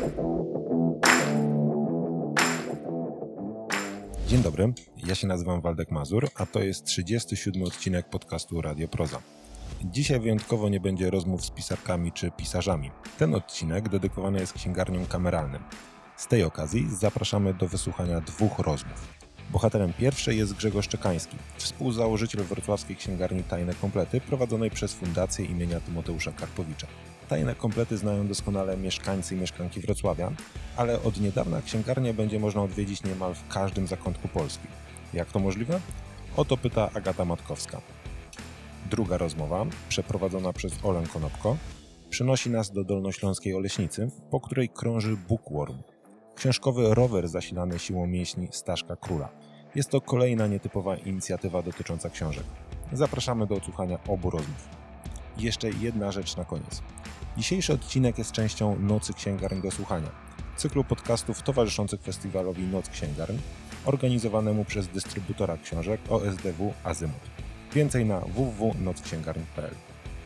Dzień dobry, ja się nazywam Waldek Mazur, a to jest 37. odcinek podcastu Radio Proza. Dzisiaj wyjątkowo nie będzie rozmów z pisarkami czy pisarzami. Ten odcinek dedykowany jest księgarniom kameralnym. Z tej okazji zapraszamy do wysłuchania 2 rozmów. Bohaterem pierwszej jest Grzegorz Czekański, współzałożyciel wrocławskiej księgarni Tajne Komplety prowadzonej przez Fundację imienia Tymoteusza Karpowicza. Tajne Komplety znają doskonale mieszkańcy i mieszkanki Wrocławia, ale od niedawna księgarnię będzie można odwiedzić niemal w każdym zakątku Polski. Jak to możliwe? O to pyta Agata Matkowska. Druga rozmowa, przeprowadzona przez Olę Konopko, przenosi nas do dolnośląskiej Oleśnicy, po której krąży Bookworm, książkowy rower zasilany siłą mięśni Staszka Króla. Jest to kolejna nietypowa inicjatywa dotycząca książek. Zapraszamy do odsłuchania obu rozmów. I jeszcze jedna rzecz na koniec. Dzisiejszy odcinek jest częścią Nocy Księgarni do Słuchania, cyklu podcastów towarzyszących festiwalowi Noc Księgarni, organizowanemu przez dystrybutora książek OSDW Azymut. Więcej na www.nocksięgarni.pl.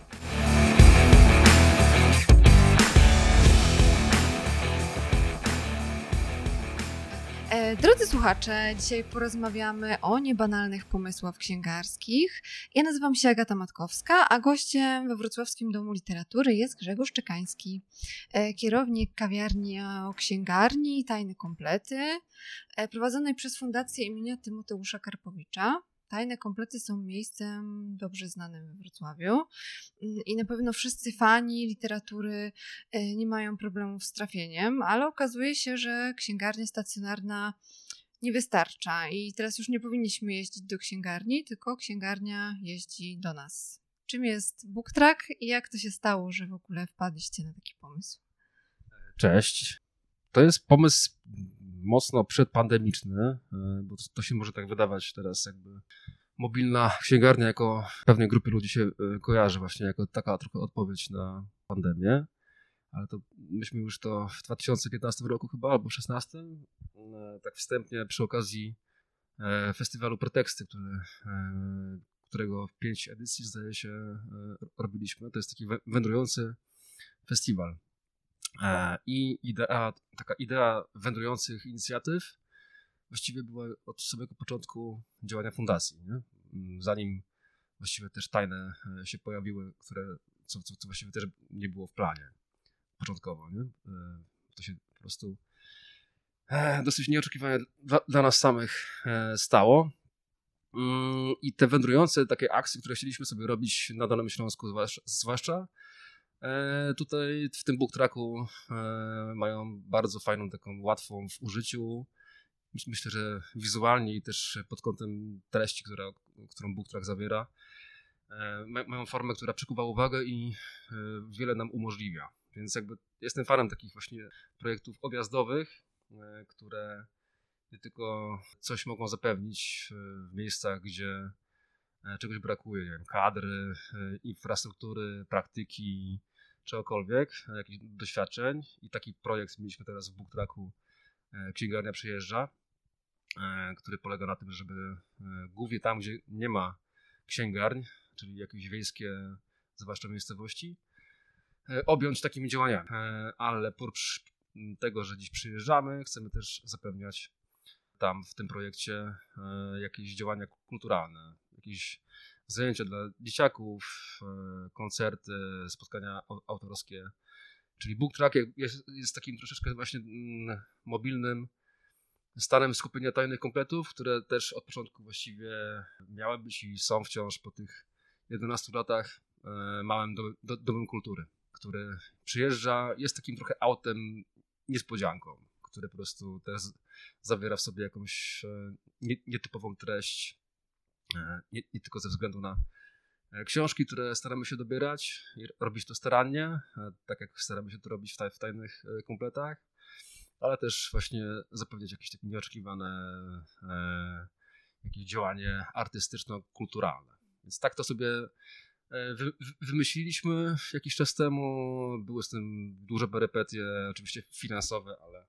Drodzy słuchacze, dzisiaj porozmawiamy o niebanalnych pomysłach księgarskich. Ja nazywam się Agata Matkowska, a gościem we Wrocławskim Domu Literatury jest Grzegorz Czekański, kierownik kawiarni o księgarni Tajne Komplety, prowadzonej przez Fundację imienia Tymoteusza Karpowicza. Tajne Komplety są miejscem dobrze znanym we Wrocławiu i na pewno wszyscy fani literatury nie mają problemów z trafieniem, ale okazuje się, że księgarnia stacjonarna nie wystarcza i teraz już nie powinniśmy jeździć do księgarni, tylko księgarnia jeździ do nas. Czym jest BookTrack i jak to się stało, że w ogóle wpadliście na taki pomysł? Cześć. To jest pomysł mocno przedpandemiczny, bo to się może tak wydawać teraz jakby mobilna księgarnia jako pewnej grupy ludzi się kojarzy właśnie jako taka trochę odpowiedź na pandemię, ale to myśmy już to w 2015 roku chyba, albo 2016, tak wstępnie przy okazji festiwalu Preteksty, którego 5 edycji zdaje się robiliśmy. To jest taki wędrujący festiwal. I taka idea wędrujących inicjatyw właściwie była od samego początku działania fundacji, nie? Zanim właściwie też tajne się pojawiły, co właściwie też nie było w planie początkowo. Nie? To się po prostu dosyć nieoczekiwanie dla nas samych stało. I te wędrujące takie akcje, które chcieliśmy sobie robić na Dolnym Śląsku zwłaszcza, tutaj w tym BookTracku mają bardzo fajną, taką łatwą w użyciu. Myślę, że wizualnie i też pod kątem treści, którą BookTrack zawiera, mają formę, która przykuwa uwagę i wiele nam umożliwia. Więc jakby jestem fanem takich właśnie projektów objazdowych, które nie tylko coś mogą zapewnić w miejscach, gdzie czegoś brakuje, nie wiem, kadry, infrastruktury, praktyki, czegokolwiek, jakichś doświadczeń. I taki projekt mieliśmy teraz w BookTracku, Księgarnia Przyjeżdża, który polega na tym, żeby głównie tam, gdzie nie ma księgarń, czyli jakieś wiejskie, zwłaszcza miejscowości, objąć takimi działaniami. Ale oprócz tego, że dziś przyjeżdżamy, chcemy też zapewniać tam w tym projekcie jakieś działania kulturalne, jakieś zajęcia dla dzieciaków, koncerty, spotkania autorskie. Czyli BookTrack jest takim troszeczkę właśnie mobilnym stanem skupienia tajnych kompletów, które też od początku właściwie miały być i są wciąż po tych 11 latach małym domem kultury, który przyjeżdża, jest takim trochę autem niespodzianką, który po prostu też zawiera w sobie jakąś nietypową treść, nie tylko ze względu na książki, które staramy się dobierać i robić to starannie, tak jak staramy się to robić w tajnych kompletach, ale też właśnie zapewniać jakieś takie nieoczekiwane jakieś działanie artystyczno-kulturalne. Więc tak to sobie wymyśliliśmy jakiś czas temu. Były z tym duże perypetie, oczywiście finansowe, ale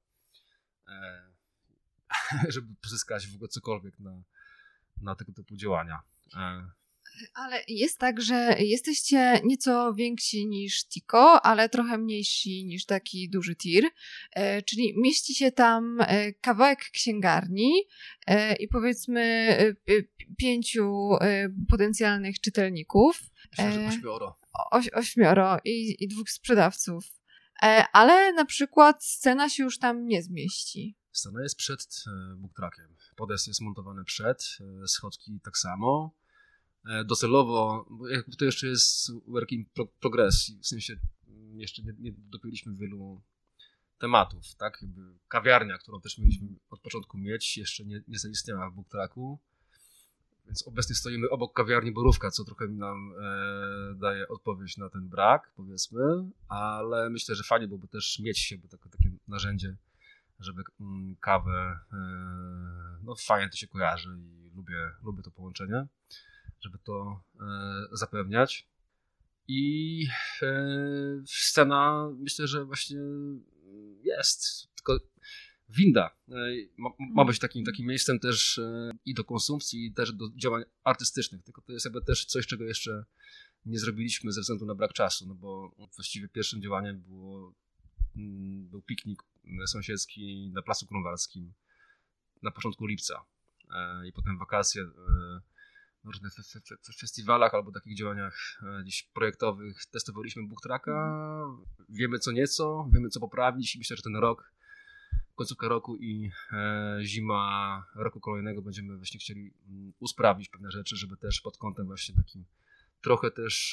żeby pozyskać w ogóle cokolwiek na tego typu działania. Ale jest tak, że jesteście nieco więksi niż Tiko, ale trochę mniejsi niż taki duży tir, czyli mieści się tam kawałek księgarni i powiedzmy 5 potencjalnych czytelników. Myślę, że 8 i 2 sprzedawców. Ale na przykład scena się już tam nie zmieści. Scena jest przed booktrackiem. Podest jest montowany przed, schodki tak samo. Docelowo, bo jakby to jeszcze jest work in progress, w sensie jeszcze nie dopięliśmy wielu tematów, tak? Jakby kawiarnia, którą też mieliśmy od początku mieć, jeszcze nie zaistniała w booktracku. Więc obecnie stoimy obok kawiarni Borówka, co trochę nam daje odpowiedź na ten brak, powiedzmy, ale myślę, że fajnie byłoby też mieć jakby takie narzędzie, żeby kawę, no fajnie to się kojarzy i lubię to połączenie, żeby to zapewniać. I scena myślę, że właśnie jest, tylko winda ma być takim miejscem też i do konsumpcji, i też do działań artystycznych, tylko to jest jakby też coś, czego jeszcze nie zrobiliśmy ze względu na brak czasu, no bo właściwie pierwszym działaniem był piknik sąsiedzki na Placu Grunwaldzkim na początku lipca i potem wakacje na różnych festiwalach albo takich działaniach gdzieś projektowych testowaliśmy booktracka, wiemy co nieco, wiemy co poprawić i myślę, że ten rok, końcówka roku i zima roku kolejnego będziemy właśnie chcieli usprawnić pewne rzeczy, żeby też pod kątem właśnie takim trochę też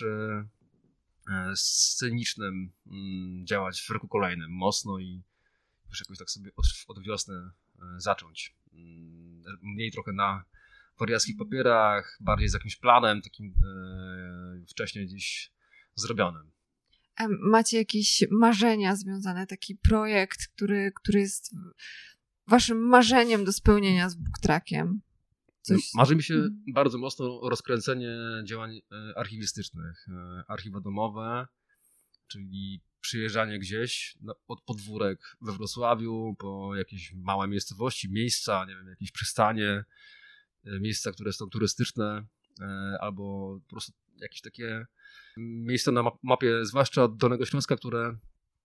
scenicznym działać w roku kolejnym mocno i już jakoś tak sobie od wiosny zacząć. Mniej trochę na wariackich papierach, bardziej z jakimś planem takim wcześniej gdzieś zrobionym. Macie jakieś marzenia związane, taki projekt, który jest waszym marzeniem do spełnienia z booktrackiem? Marzy mi się bardzo mocno rozkręcenie działań archiwistycznych. Archiwa domowe, czyli przyjeżdżanie gdzieś od podwórek we Wrocławiu po jakieś małe miejscowości, miejsca, nie wiem, jakieś przystanie, miejsca, które są turystyczne, albo po prostu jakieś takie miejsca na mapie, zwłaszcza Dolnego Śląska, które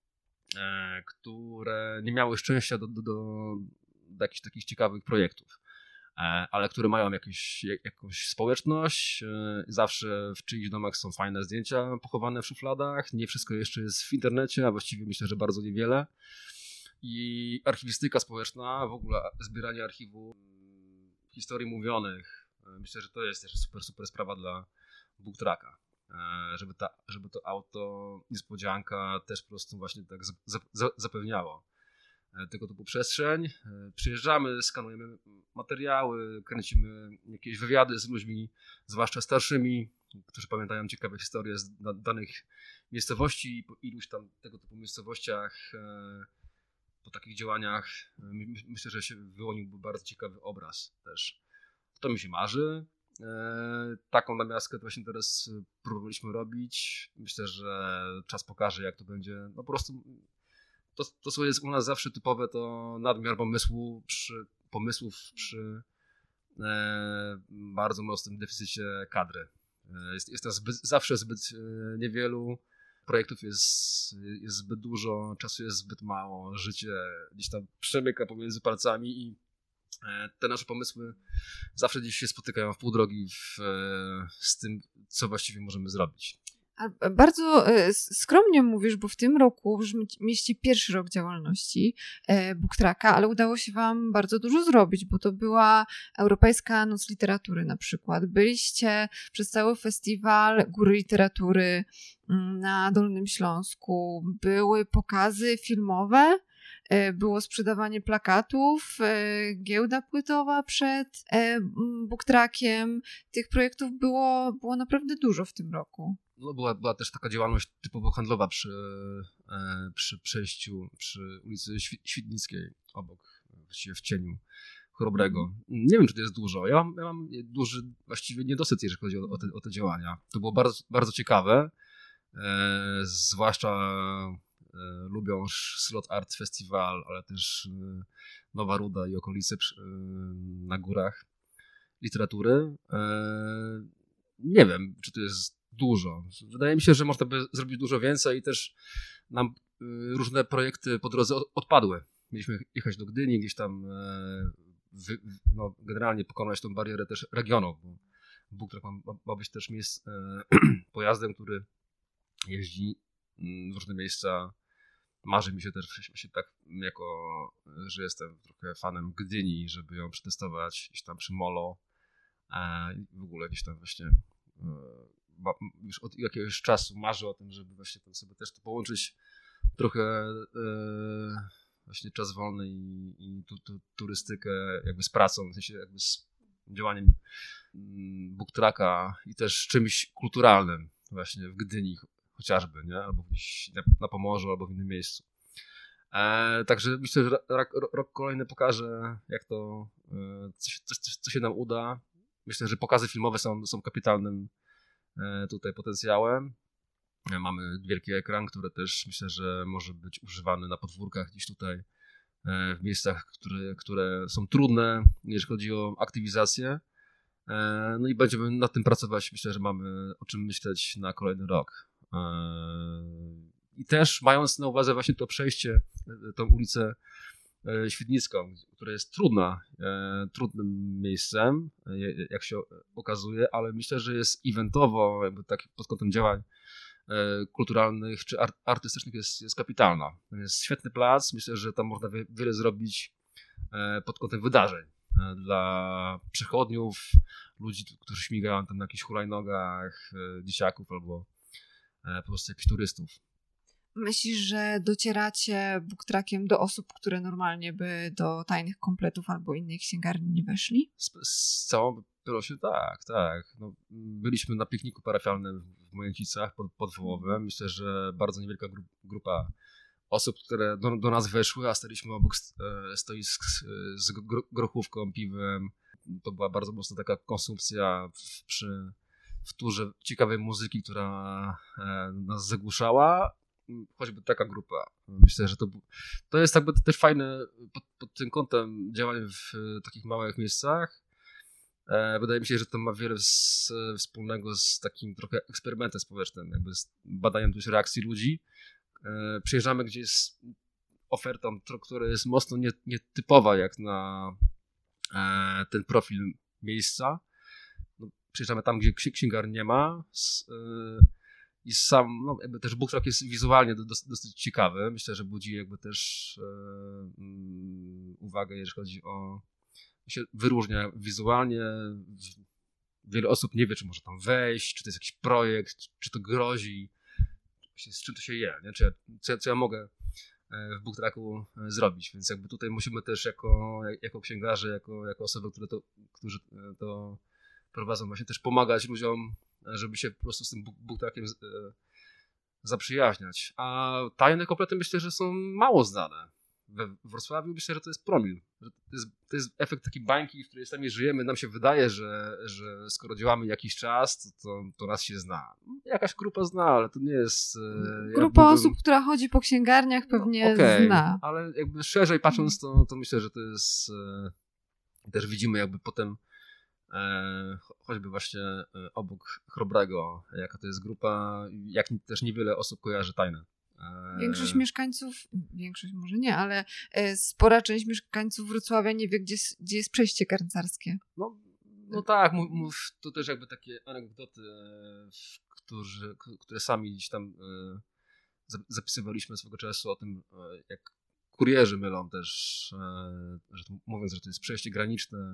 nie miały szczęścia do jakichś takich ciekawych projektów, ale które mają jakąś społeczność. Zawsze w czyichś domach są fajne zdjęcia pochowane w szufladach. Nie wszystko jeszcze jest w internecie, a właściwie myślę, że bardzo niewiele. I archiwistyka społeczna, w ogóle zbieranie archiwum historii mówionych. Myślę, że to jest też super sprawa dla booktracka. Żeby to auto niespodzianka też po prostu właśnie tak zapewniało tego typu przestrzeń. Przyjeżdżamy, skanujemy materiały, kręcimy jakieś wywiady z ludźmi, zwłaszcza starszymi, którzy pamiętają ciekawe historie z danych miejscowości i po iluś tam tego typu miejscowościach, po takich działaniach myślę, że się wyłoniłby bardzo ciekawy obraz też. To mi się marzy. Taką namiastkę właśnie teraz próbowaliśmy robić. Myślę, że czas pokaże, jak to będzie. No po prostu to co jest u nas zawsze typowe, to nadmiar pomysłów przy bardzo mocnym deficycie kadry. Jest nas zawsze zbyt niewielu, projektów jest zbyt dużo, czasu jest zbyt mało, życie gdzieś tam przemyka pomiędzy palcami i te nasze pomysły zawsze gdzieś się spotykają w pół drogi z tym, co właściwie możemy zrobić. Bardzo skromnie mówisz, bo w tym roku mieści pierwszy rok działalności booktracka, ale udało się wam bardzo dużo zrobić, bo to była Europejska Noc Literatury na przykład. Byliście przez cały festiwal Góry Literatury na Dolnym Śląsku. Były pokazy filmowe, było sprzedawanie plakatów, giełda płytowa przed booktrackiem. Tych projektów było naprawdę dużo w tym roku. No była też taka działalność typowo handlowa przy przejściu przy ulicy Świdnickiej obok, właściwie w cieniu Chorobrego. Nie wiem, czy to jest dużo. Ja mam duży właściwie niedosyt, jeżeli chodzi o te działania. To było bardzo, bardzo ciekawe. Zwłaszcza lubią Slot Art Festival, ale też Nowa Ruda i okolice na górach literatury. nie wiem, czy to jest dużo. Wydaje mi się, że można by zrobić dużo więcej i też nam różne projekty po drodze odpadły. Mieliśmy jechać do Gdyni, gdzieś tam generalnie pokonać tą barierę też regionu, bo BookTrack ma być też pojazdem, który jeździ w różne miejsca. Marzy mi się też właśnie tak, że jestem trochę fanem Gdyni, żeby ją przetestować gdzieś tam przy Molo. W ogóle gdzieś tam właśnie już od jakiegoś czasu marzę o tym, żeby właśnie tam sobie też to połączyć trochę właśnie czas wolny i turystykę jakby z pracą, w sensie jakby z działaniem BookTracka i też czymś kulturalnym właśnie w Gdyni chociażby, nie? Albo gdzieś na Pomorzu, albo w innym miejscu. Także myślę, że rok kolejny pokaże, jak to, co się nam uda. Myślę, że pokazy filmowe są kapitalnym tutaj potencjałem. Mamy wielki ekran, który też myślę, że może być używany na podwórkach gdzieś tutaj w miejscach, które są trudne, jeżeli chodzi o aktywizację. No i będziemy nad tym pracować. Myślę, że mamy o czym myśleć na kolejny rok. I też mając na uwadze właśnie to przejście, tą ulicę Świdnicką, która jest trudnym miejscem, jak się okazuje, ale myślę, że jest eventowo, jakby tak pod kątem działań kulturalnych czy artystycznych jest kapitalna. To jest świetny plac, myślę, że tam można wiele zrobić pod kątem wydarzeń dla przechodniów, ludzi, którzy śmigają tam na jakichś hulajnogach, dzieciaków albo po prostu jakichś turystów. Myślisz, że docieracie BookTrackiem do osób, które normalnie by do tajnych kompletów albo innej księgarni nie weszli? Z całą pewnością tak. No, byliśmy na pikniku parafialnym w Mojęcicach pod Wołowem. Myślę, że bardzo niewielka grupa osób, które do nas weszły, a staliśmy obok stoisk z grochówką, piwem. To była bardzo mocno taka konsumpcja w turze ciekawej muzyki, która nas zagłuszała. Choćby taka grupa. Myślę, że to jest jakby też fajne pod tym kątem działanie w takich małych miejscach. Wydaje mi się, że to ma wiele wspólnego z takim trochę eksperymentem społecznym, jakby z badaniem też reakcji ludzi. Przyjeżdżamy, gdzie jest oferta, która jest mocno nietypowa jak na ten profil miejsca. No, przyjeżdżamy tam, gdzie księgarni nie ma. I jakby też BookTrack jest wizualnie dosyć ciekawy. Myślę, że budzi jakby też uwagę, jeżeli chodzi o... się wyróżnia wizualnie. Wiele osób nie wie, czy może tam wejść, czy to jest jakiś projekt, czy to grozi, z czym to się je, nie? Co ja mogę w BookTracku zrobić. Więc jakby tutaj musimy też jako księgarze, jako osoby, którzy to prowadzą, właśnie też pomagać ludziom, żeby się po prostu z tym BookTrackiem zaprzyjaźniać. A tajne komplety myślę, że są mało znane. We Wrocławiu myślę, że to jest promil. Że to jest efekt takiej bańki, w której sami żyjemy. Nam się wydaje, że skoro działamy jakiś czas, to nas się zna. Jakaś grupa zna, ale to nie jest... Grupa osób, która chodzi po księgarniach pewnie zna. Ale jakby szerzej patrząc, to myślę, że to jest... Też widzimy jakby potem choćby właśnie obok Chrobrego, jaka to jest grupa, jak też niewiele osób kojarzy tajne. Większość może nie, ale spora część mieszkańców Wrocławia nie wie, gdzie jest przejście garncarskie. No tak, to też jakby takie anegdoty, które sami gdzieś tam zapisywaliśmy swego czasu o tym, jak kurierzy mylą też, mówiąc, że to jest przejście graniczne,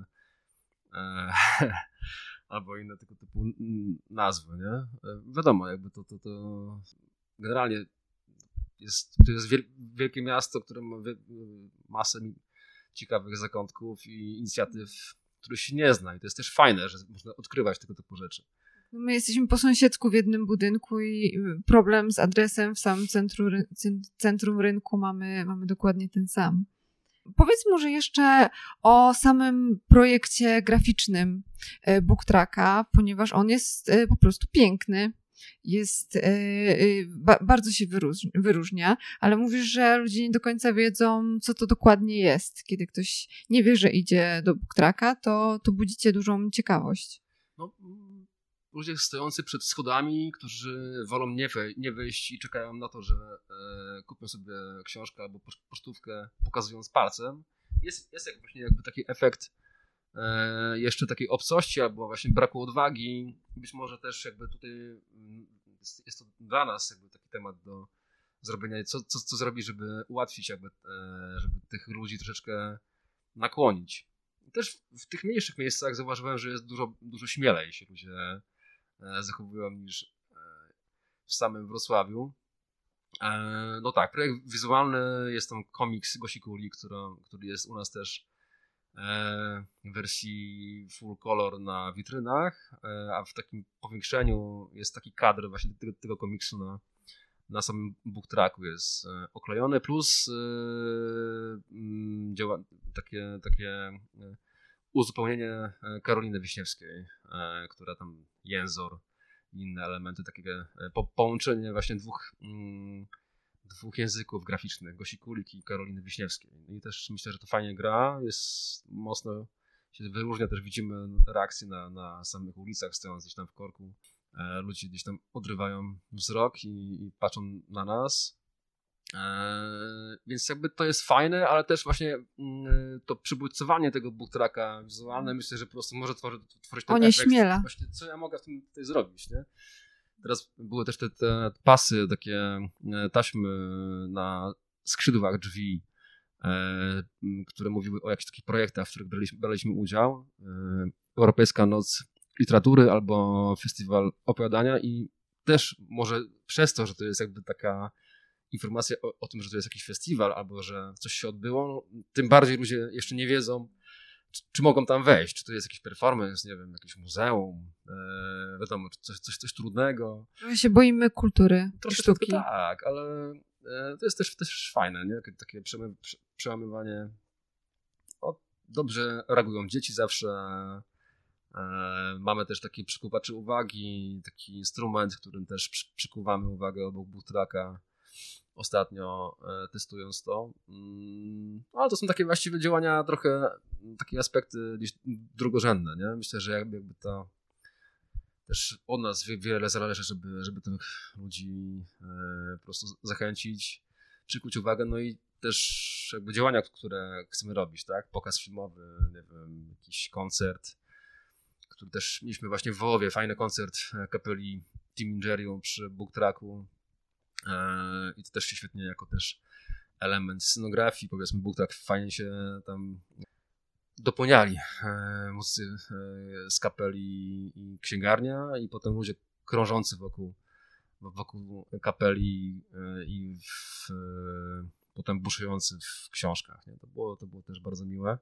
albo inne tego typu nazwy, nie? Wiadomo, jakby to generalnie to jest wielkie miasto, które ma masę ciekawych zakątków i inicjatyw, których się nie zna i to jest też fajne, że można odkrywać tego typu rzeczy. My jesteśmy po sąsiedzku w jednym budynku i problem z adresem w samym centrum rynku mamy dokładnie ten sam. Powiedz może jeszcze o samym projekcie graficznym BookTracka, ponieważ on jest po prostu piękny. Bardzo się wyróżnia, ale mówisz, że ludzie nie do końca wiedzą, co to dokładnie jest. Kiedy ktoś nie wie, że idzie do BookTracka, to budzicie dużą ciekawość. No, ludzie stojący przed schodami, którzy wolą nie wejść i czekają na to, że kupią sobie książkę albo pocztówkę, pokazując palcem. Jest właśnie jakby taki efekt jeszcze takiej obcości albo właśnie braku odwagi. Być może też jakby tutaj jest to dla nas jakby taki temat do zrobienia, co zrobić, żeby ułatwić jakby, żeby tych ludzi troszeczkę nakłonić. Też w tych mniejszych miejscach zauważyłem, że jest dużo śmielej się ludzie zachowują niż w samym Wrocławiu. No tak, projekt wizualny, jest tam komiks Gosi Kuli, który jest u nas też w wersji full color na witrynach, a w takim powiększeniu jest taki kadr właśnie tego komiksu na samym book tracku jest oklejony, plus działa takie uzupełnienie Karoliny Wiśniewskiej, która tam jęzor i inne elementy, takiego połączenie właśnie dwóch języków graficznych, Gosi Kulik i Karoliny Wiśniewskiej. I też myślę, że to fajnie gra, jest mocno się wyróżnia, też widzimy reakcje na samych ulicach, stojąc gdzieś tam w korku. Ludzie gdzieś tam odrywają wzrok i patrzą na nas. Więc jakby to jest fajne, ale też właśnie to przybudzowanie tego book tracka wizualne, myślę, że po prostu może tworzyć ten Onieśmiela. właśnie, co ja mogę w tym tutaj zrobić, nie? Teraz były też te pasy, takie taśmy na skrzydłach drzwi, które mówiły o jakichś takich projektach, w których braliśmy udział. Europejska Noc Literatury albo Festiwal Opowiadania i też może przez to, że to jest jakby taka informacja o tym, że to jest jakiś festiwal albo że coś się odbyło, no, tym bardziej ludzie jeszcze nie wiedzą, czy mogą tam wejść, czy to jest jakiś performance, nie wiem, jakieś muzeum, wiadomo, coś trudnego. Trochę się boimy kultury, Troszkę sztuki. tak, ale to jest też fajne, nie? Takie przełamywanie. O, dobrze reagują dzieci zawsze. Mamy też taki przykuwaczy uwagi, taki instrument, którym też przykuwamy uwagę obok book tracka. Ostatnio testując to. Ale to są takie właściwie działania trochę, takie aspekty gdzieś drugorzędne, nie? Myślę, że jakby to też od nas wiele zależy, żeby tych ludzi po prostu zachęcić, przykuć uwagę, no i też jakby działania, które chcemy robić, tak? Pokaz filmowy, nie wiem, jakiś koncert, który też mieliśmy właśnie w Wołowie, fajny koncert kapeli Team Ingerium przy book tracku. I to też się świetnie jako też element scenografii, powiedzmy book track, fajnie się tam dopełniali muzycy z kapeli i księgarnia i potem ludzie krążący wokół kapeli i potem buszujący w książkach. Nie? To było też bardzo miłe.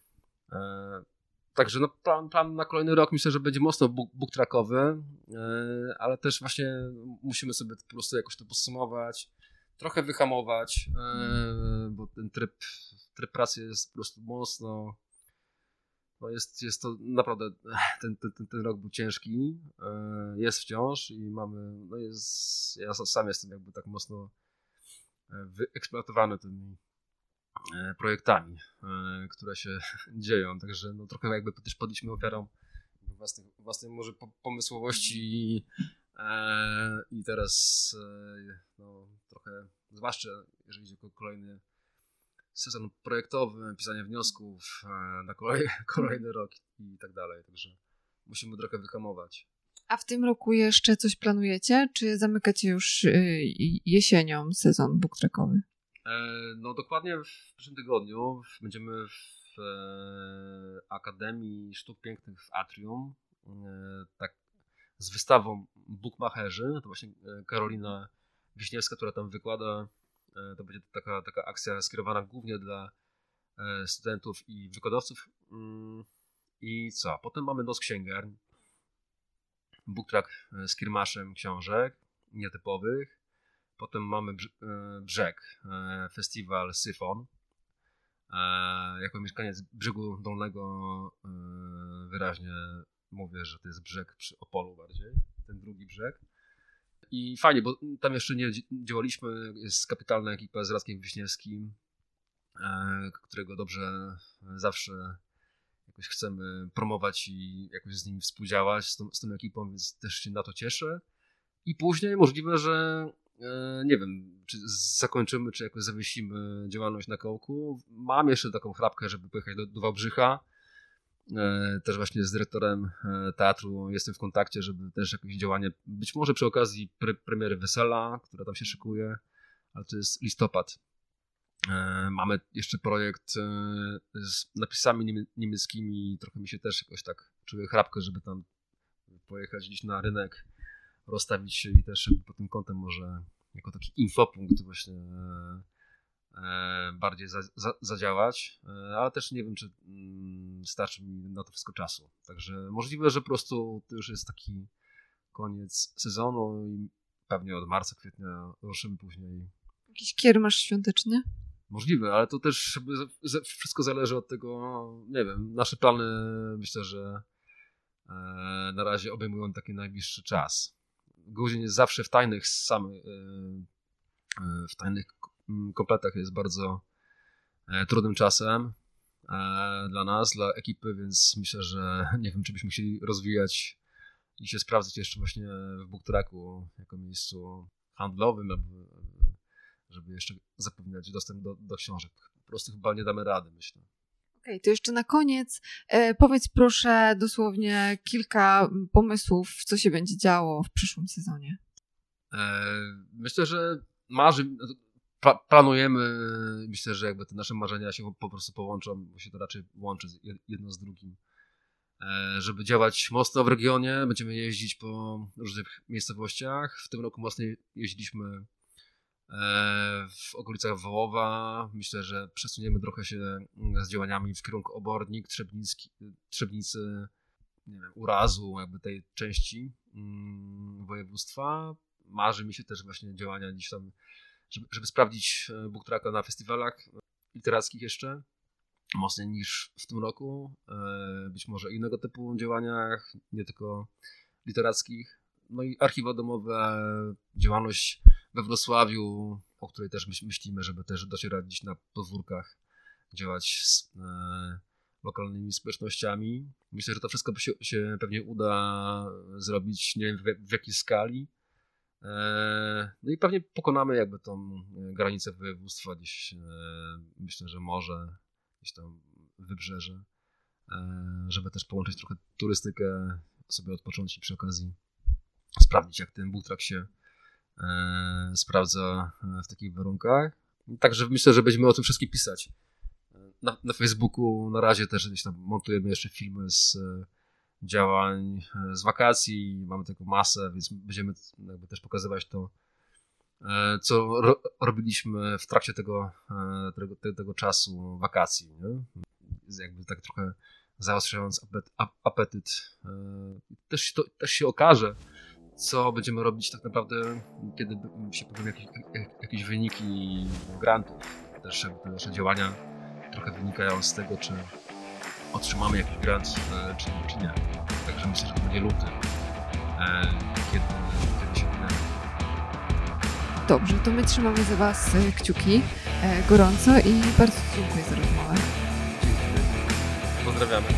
Także no, plan na kolejny rok myślę, że będzie mocno book trackowy, ale też właśnie musimy sobie po prostu jakoś to podsumować, trochę wyhamować, bo ten tryb pracy jest po prostu mocno, no jest to naprawdę, ten rok był ciężki, jest wciąż i mamy, no ja sam jestem jakby tak mocno wyeksploatowany tymi projektami, które się dzieją, także no trochę jakby też padliśmy ofiarą własnej może pomysłowości i teraz no trochę, zwłaszcza jeżeli idzie o kolejny sezon projektowy, pisanie wniosków na kolejny rok i tak dalej, także musimy trochę wyhamować. A w tym roku jeszcze coś planujecie, czy zamykacie już jesienią sezon book trackowy? No dokładnie w przyszłym tygodniu będziemy w Akademii Sztuk Pięknych w Atrium, tak z wystawą Bookmacherzy. To właśnie Karolina Wiśniewska, która tam wykłada. To będzie taka akcja skierowana głównie dla studentów i wykładowców. I co? Potem mamy Noc Księgarni, book track z kiermaszem książek nietypowych. Potem mamy Brzeg, festiwal Syfon. Jako mieszkaniec Brzegu Dolnego wyraźnie mówię, że to jest brzeg przy Opolu bardziej, ten drugi brzeg. I fajnie, bo tam jeszcze nie działaliśmy, jest kapitalna ekipa z Radkiem Wiśniewskim, którego dobrze zawsze jakoś chcemy promować i jakoś z nimi współdziałać, z tą ekipą, więc też się na to cieszę. I później możliwe, że nie wiem, czy zakończymy, czy jakoś zawiesimy działalność na Kołku. Mam jeszcze taką chrapkę, żeby pojechać do Wałbrzycha. Też właśnie z dyrektorem teatru jestem w kontakcie, żeby też jakieś działanie, być może przy okazji premiery Wesela, która tam się szykuje, ale to jest listopad. Mamy jeszcze projekt z napisami niemieckimi, trochę mi się też jakoś tak czuję chrapkę, żeby tam pojechać gdzieś na rynek, rozstawić się i też jakby pod tym kątem może jako taki infopunkt właśnie bardziej zadziałać, ale też nie wiem, czy starczy mi na to wszystko czasu. Także możliwe, że po prostu to już jest taki koniec sezonu i pewnie od marca, kwietnia ruszymy później. Jakiś kiermasz świąteczny? Możliwe, ale to też wszystko zależy od tego, nie wiem, nasze plany myślę, że na razie obejmują taki najbliższy czas. Grudzień jest zawsze w tajnych kompletach jest bardzo trudnym czasem dla nas, dla ekipy, więc myślę, że nie wiem, czy byśmy chcieli rozwijać i się sprawdzać jeszcze właśnie w BookTracku jako miejscu handlowym, żeby jeszcze zapewniać dostęp do książek. Po prostu chyba nie damy rady, myślę. Okej, to jeszcze na koniec powiedz proszę dosłownie kilka pomysłów, co się będzie działo w przyszłym sezonie. Myślę, że planujemy, myślę, że jakby te nasze marzenia się po prostu połączą, bo się to raczej łączy jedno z drugim. Żeby działać mocno w regionie, będziemy jeździć po różnych miejscowościach. W tym roku mocno jeździliśmy w okolicach Wołowa. Myślę, że przesuniemy trochę się z działaniami w kierunku Obornik, Trzebnicy, nie wiem, Urazu, jakby tej części województwa. Marzy mi się też właśnie działania gdzieś tam, żeby sprawdzić BookTracka na festiwalach literackich jeszcze mocniej niż w tym roku. Być może innego typu działaniach, nie tylko literackich. No i archiwa domowe, działalność we Wrocławiu, o której też myślimy, żeby też docierać gdzieś na podwórkach, działać z lokalnymi społecznościami. Myślę, że to wszystko się pewnie uda zrobić, nie wiem w jakiej skali. No i pewnie pokonamy jakby tą granicę województwa gdzieś, myślę, że może gdzieś tam wybrzeże, żeby też połączyć trochę turystykę, sobie odpocząć i przy okazji sprawdzić, jak ten BookTrack się sprawdza w takich warunkach. Także myślę, że będziemy o tym wszystkim pisać. Na Facebooku na razie też gdzieś tam montujemy jeszcze filmy z działań, z wakacji, mamy taką masę, więc będziemy jakby też pokazywać to, co robiliśmy w trakcie tego czasu wakacji. Nie? Jakby tak trochę zaostrzając apetyt. Też się okaże, co będziemy robić tak naprawdę, kiedy się pojawią jakieś wyniki grantów. Też jakby te nasze działania trochę wynikają z tego, czy otrzymamy jakiś grant, czy nie. Także myślę, że to będzie luty, kiedy się wydarzy. Dobrze, to my trzymamy za Was kciuki gorąco i bardzo dziękuję za rozmowę. Dziękuję. Pozdrawiamy.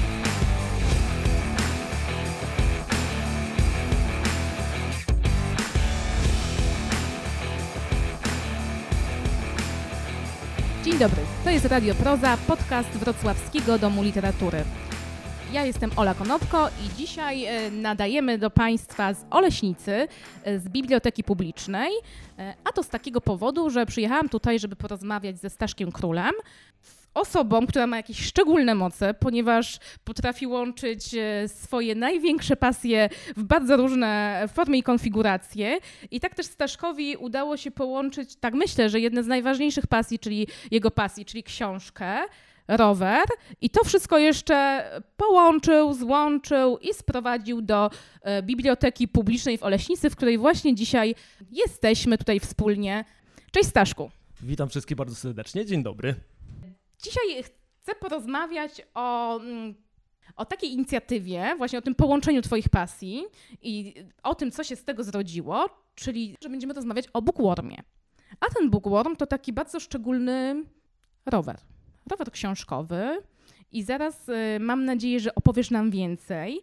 Dzień dobry, to jest Radio Proza, podcast Wrocławskiego Domu Literatury. Ja jestem Ola Konopko i dzisiaj nadajemy do Państwa z Oleśnicy, z Biblioteki Publicznej, a to z takiego powodu, że przyjechałam tutaj, żeby porozmawiać ze Staszkiem Królem, osobą, która ma jakieś szczególne moce, ponieważ potrafi łączyć swoje największe pasje w bardzo różne formy i konfiguracje. I tak też Staszkowi udało się połączyć, tak myślę, że jedne z najważniejszych pasji, czyli jego pasji, czyli książkę, rower i to wszystko jeszcze połączył, złączył i sprowadził do Biblioteki Publicznej w Oleśnicy, w której właśnie dzisiaj jesteśmy tutaj wspólnie. Cześć Staszku. Witam wszystkich bardzo serdecznie, dzień dobry. Dzisiaj chcę porozmawiać o takiej inicjatywie, właśnie o tym połączeniu Twoich pasji i o tym, co się z tego zrodziło, czyli że będziemy rozmawiać o Bookwormie. A ten Bookworm to taki bardzo szczególny rower książkowy i zaraz mam nadzieję, że opowiesz nam więcej.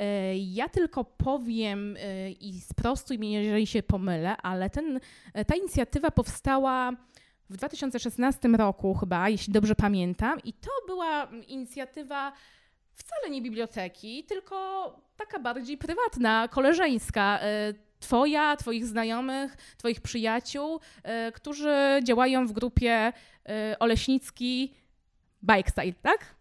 Ja tylko powiem i sprostuj mnie, jeżeli się pomylę, ale ta inicjatywa powstała w 2016 roku chyba, jeśli dobrze pamiętam, i to była inicjatywa wcale nie biblioteki, tylko taka bardziej prywatna, koleżeńska. Twoich znajomych, twoich przyjaciół, którzy działają w grupie Oleśnicki Bike Style, tak?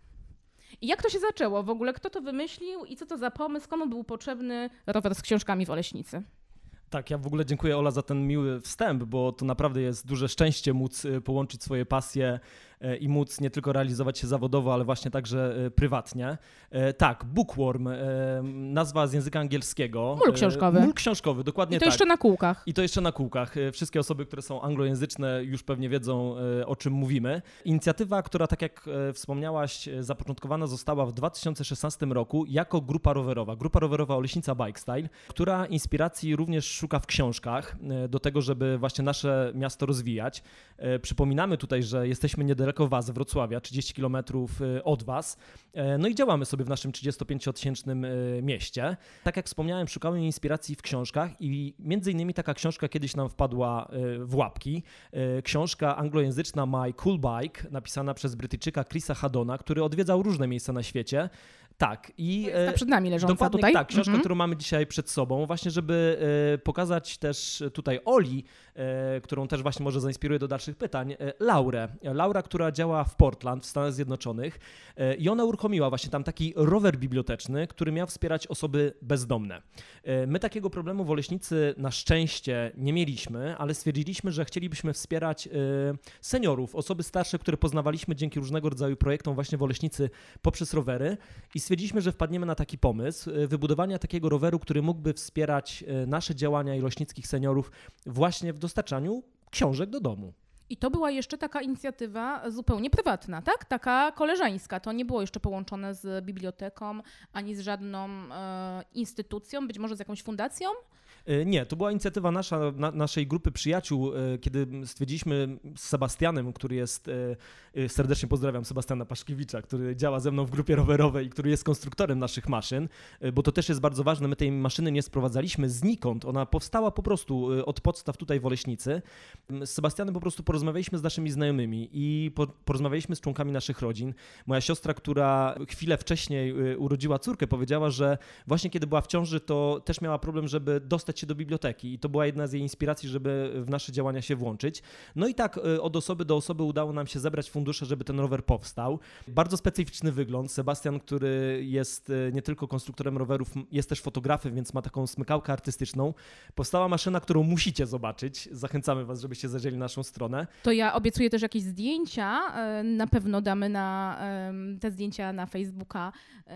I jak to się zaczęło w ogóle? Kto to wymyślił i co to za pomysł? Komu był potrzebny rower z książkami w Oleśnicy? Tak, ja w ogóle dziękuję, Ola, za ten miły wstęp, bo to naprawdę jest duże szczęście móc połączyć swoje pasje i móc nie tylko realizować się zawodowo, ale właśnie także prywatnie. Tak, Bookworm, nazwa z języka angielskiego. Mól książkowy. Mól książkowy, dokładnie I to tak. jeszcze na kółkach. I to jeszcze na kółkach. Wszystkie osoby, które są anglojęzyczne, już pewnie wiedzą, o czym mówimy. Inicjatywa, która, tak jak wspomniałaś, zapoczątkowana została w 2016 roku jako grupa rowerowa. Grupa rowerowa Oleśnica Bike Style, która inspiracji również szuka w książkach do tego, żeby właśnie nasze miasto rozwijać. Przypominamy tutaj, że jesteśmy niedaleko was, Wrocławia, 30 km od was. No i działamy sobie w naszym 35-tysięcznym mieście. Tak jak wspomniałem, szukamy inspiracji w książkach i między innymi taka książka kiedyś nam wpadła w łapki. Książka anglojęzyczna My Cool Bike, napisana przez Brytyjczyka Chrisa Haddona, który odwiedzał różne miejsca na świecie. Tak. I To jest ta przed nami leżąca dokładnie tutaj. tak, książka, którą mamy dzisiaj przed sobą, właśnie żeby pokazać też tutaj Oli, którą też właśnie może zainspiruje do dalszych pytań, Laura, która działa w Portland w Stanach Zjednoczonych i ona uruchomiła właśnie tam taki rower biblioteczny, który miał wspierać osoby bezdomne. My takiego problemu w Oleśnicy na szczęście nie mieliśmy, ale stwierdziliśmy, że chcielibyśmy wspierać seniorów, osoby starsze, które poznawaliśmy dzięki różnego rodzaju projektom właśnie w Oleśnicy poprzez rowery i stwierdziliśmy, że wpadniemy na taki pomysł wybudowania takiego roweru, który mógłby wspierać nasze działania i oleśnickich seniorów właśnie w dostarczaniu książek do domu. I to była jeszcze taka inicjatywa zupełnie prywatna, tak? Taka koleżeńska. To nie było jeszcze połączone z biblioteką, ani z żadną instytucją, być może z jakąś fundacją? Nie, to była inicjatywa naszej grupy przyjaciół, kiedy stwierdziliśmy z Sebastianem, który jest, serdecznie pozdrawiam Sebastiana Paszkiewicza, który działa ze mną w grupie rowerowej i który jest konstruktorem naszych maszyn, bo to też jest bardzo ważne, my tej maszyny nie sprowadzaliśmy znikąd, ona powstała po prostu od podstaw tutaj w Oleśnicy. Z Sebastianem po prostu porozmawialiśmy z naszymi znajomymi i porozmawialiśmy z członkami naszych rodzin. Moja siostra, która chwilę wcześniej urodziła córkę, powiedziała, że właśnie kiedy była w ciąży, to też miała problem, żeby dostać się do biblioteki i to była jedna z jej inspiracji, żeby w nasze działania się włączyć. No i tak od osoby do osoby udało nam się zebrać fundusze, żeby ten rower powstał. Bardzo specyficzny wygląd. Sebastian, który jest nie tylko konstruktorem rowerów, jest też fotografem, więc ma taką smykałkę artystyczną. Powstała maszyna, którą musicie zobaczyć. Zachęcamy was, żebyście zajrzeli na naszą stronę. To ja obiecuję też jakieś zdjęcia. Na pewno damy te zdjęcia na Facebooka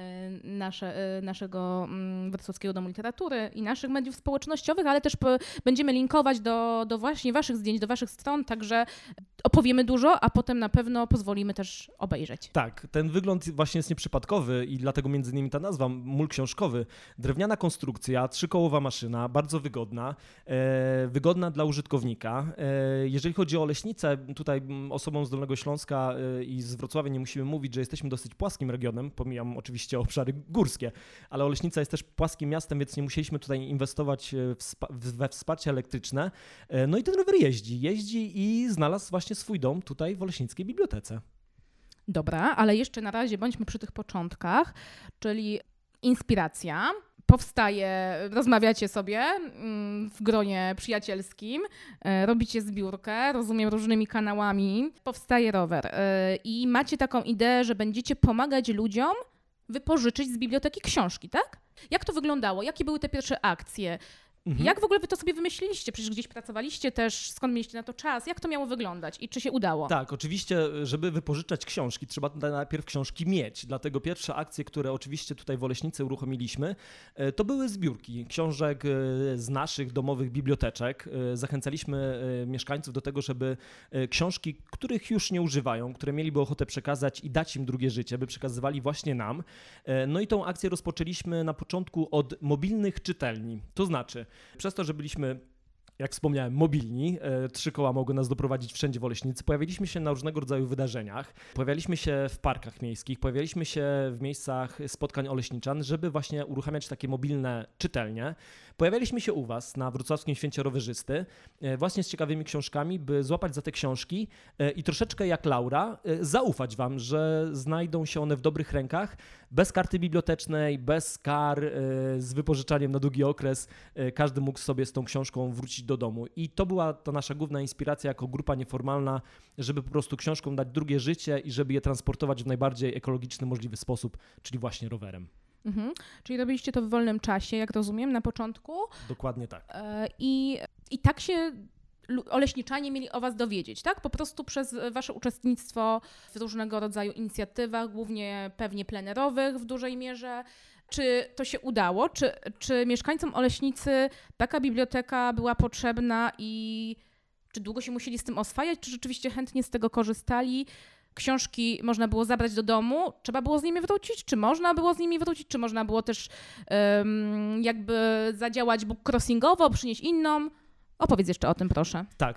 naszego Wrocławskiego Domu Literatury i naszych mediów społecznościowych, ale też będziemy linkować do właśnie waszych zdjęć, do waszych stron, także opowiemy dużo, a potem na pewno pozwolimy też obejrzeć. Tak, ten wygląd właśnie jest nieprzypadkowy i dlatego między innymi ta nazwa, mól książkowy. Drewniana konstrukcja, trzykołowa maszyna, bardzo wygodna, wygodna dla użytkownika. Jeżeli chodzi o Oleśnicę, tutaj osobom z Dolnego Śląska i z Wrocławia nie musimy mówić, że jesteśmy dosyć płaskim regionem, pomijam oczywiście obszary górskie, ale Oleśnica jest też płaskim miastem, więc nie musieliśmy tutaj inwestować we wsparcie elektryczne. No i ten rower jeździ i znalazł właśnie swój dom tutaj w Oleśnickiej Bibliotece. Dobra, ale jeszcze na razie bądźmy przy tych początkach, czyli inspiracja. Powstaje, rozmawiacie sobie w gronie przyjacielskim, robicie zbiórkę, rozumiem, różnymi kanałami. Powstaje rower i macie taką ideę, że będziecie pomagać ludziom wypożyczyć z biblioteki książki, tak? Jak to wyglądało? Jakie były te pierwsze akcje? Jak w ogóle wy to sobie wymyśliliście? Przecież gdzieś pracowaliście też, skąd mieliście na to czas? Jak to miało wyglądać i czy się udało? Tak, oczywiście, żeby wypożyczać książki, trzeba najpierw książki mieć. Dlatego pierwsze akcje, które oczywiście tutaj w Oleśnicy uruchomiliśmy, to były zbiórki książek z naszych domowych biblioteczek. Zachęcaliśmy mieszkańców do tego, żeby książki, których już nie używają, które mieliby ochotę przekazać i dać im drugie życie, by przekazywali właśnie nam. No i tą akcję rozpoczęliśmy na początku od mobilnych czytelni. To znaczy, przez to, że byliśmy jak wspomniałem, mobilni. 3 koła mogły nas doprowadzić wszędzie w Oleśnicy. Pojawiliśmy się na różnego rodzaju wydarzeniach. Pojawialiśmy się w parkach miejskich, pojawialiśmy się w miejscach spotkań oleśniczan, żeby właśnie uruchamiać takie mobilne czytelnie. Pojawialiśmy się u was na Wrocławskim Święcie Rowerzysty właśnie z ciekawymi książkami, by złapać za te książki i troszeczkę jak Laura zaufać wam, że znajdą się one w dobrych rękach, bez karty bibliotecznej, bez kar, z wypożyczaniem na długi okres. Każdy mógł sobie z tą książką wrócić do domu. I to była ta nasza główna inspiracja jako grupa nieformalna, żeby po prostu książkom dać drugie życie i żeby je transportować w najbardziej ekologiczny możliwy sposób, czyli właśnie rowerem. Mhm. Czyli robiliście to w wolnym czasie, jak rozumiem, na początku. Dokładnie tak. I tak się oleśniczanie mieli o was dowiedzieć, tak? Po prostu przez wasze uczestnictwo w różnego rodzaju inicjatywach, głównie pewnie plenerowych w dużej mierze. Czy to się udało? Czy mieszkańcom Oleśnicy taka biblioteka była potrzebna i czy długo się musieli z tym oswajać? Czy rzeczywiście chętnie z tego korzystali? Książki można było zabrać do domu, trzeba było z nimi wrócić? Czy można było z nimi wrócić? Czy można było też jakby zadziałać bookcrossingowo, przynieść inną? Opowiedz jeszcze o tym, proszę. Tak,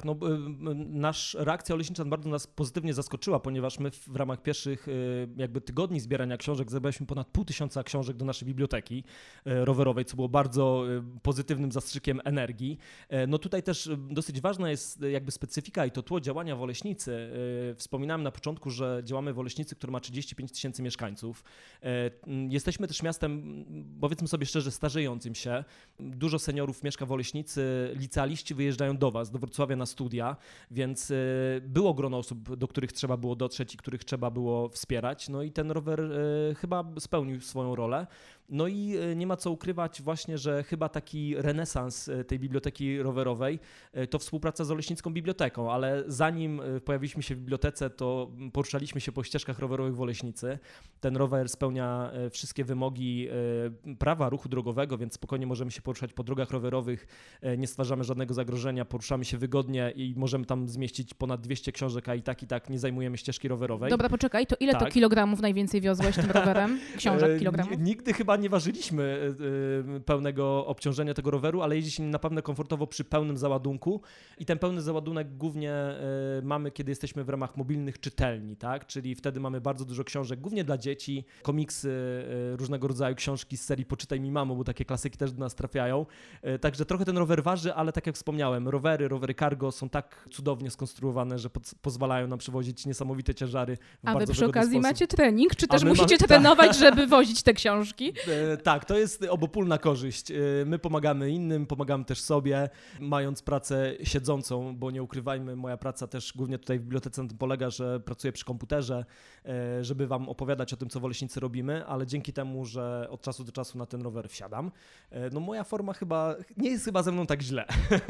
nasz reakcja Oleśniczan bardzo nas pozytywnie zaskoczyła, ponieważ my w ramach pierwszych jakby tygodni zbierania książek zebraliśmy ponad 500 książek do naszej biblioteki rowerowej, co było bardzo pozytywnym zastrzykiem energii. No tutaj też dosyć ważna jest jakby specyfika i to tło działania w Oleśnicy. Wspominałem na początku, że działamy w Oleśnicy, która ma 35 000 mieszkańców. Jesteśmy też miastem, powiedzmy sobie szczerze, starzejącym się. Dużo seniorów mieszka w Oleśnicy, licealiści wyjeżdżają do was, do Wrocławia na studia, więc było grono osób, do których trzeba było dotrzeć i których trzeba było wspierać. No i ten rower chyba spełnił swoją rolę. No i nie ma co ukrywać właśnie, że chyba taki renesans tej biblioteki rowerowej to współpraca z Oleśnicką Biblioteką, ale zanim pojawiliśmy się w bibliotece, to poruszaliśmy się po ścieżkach rowerowych w Oleśnicy. Ten rower spełnia wszystkie wymogi prawa ruchu drogowego, więc spokojnie możemy się poruszać po drogach rowerowych, nie stwarzamy żadnego zagrożenia, poruszamy się wygodnie i możemy tam zmieścić ponad 200 książek, a i tak nie zajmujemy ścieżki rowerowej. Dobra, poczekaj, to ile Tak. to kilogramów najwięcej wiozłeś tym rowerem? Książek kilogramów? Nigdy chyba nie ważyliśmy pełnego obciążenia tego roweru, ale jeździ się nim naprawdę komfortowo przy pełnym załadunku i ten pełny załadunek głównie mamy, kiedy jesteśmy w ramach mobilnych czytelni, tak? Czyli wtedy mamy bardzo dużo książek, głównie dla dzieci, komiksy, różnego rodzaju książki z serii Poczytaj mi mamo, bo takie klasyki też do nas trafiają. Także trochę ten rower waży, ale tak jak wspomniałem, rowery cargo są tak cudownie skonstruowane, że pozwalają nam przewozić niesamowite ciężary w A wy bardzo przy wygodny okazji sposób. macie trening, czy też my musicie mamy- trenować, żeby wozić te książki? Tak, to jest obopólna korzyść. My pomagamy innym, pomagamy też sobie, mając pracę siedzącą, bo nie ukrywajmy, moja praca też głównie tutaj w bibliotece na tym polega, że pracuję przy komputerze, żeby wam opowiadać o tym, co w Oleśnicy robimy, ale dzięki temu, że od czasu do czasu na ten rower wsiadam, no moja forma nie jest chyba ze mną tak źle.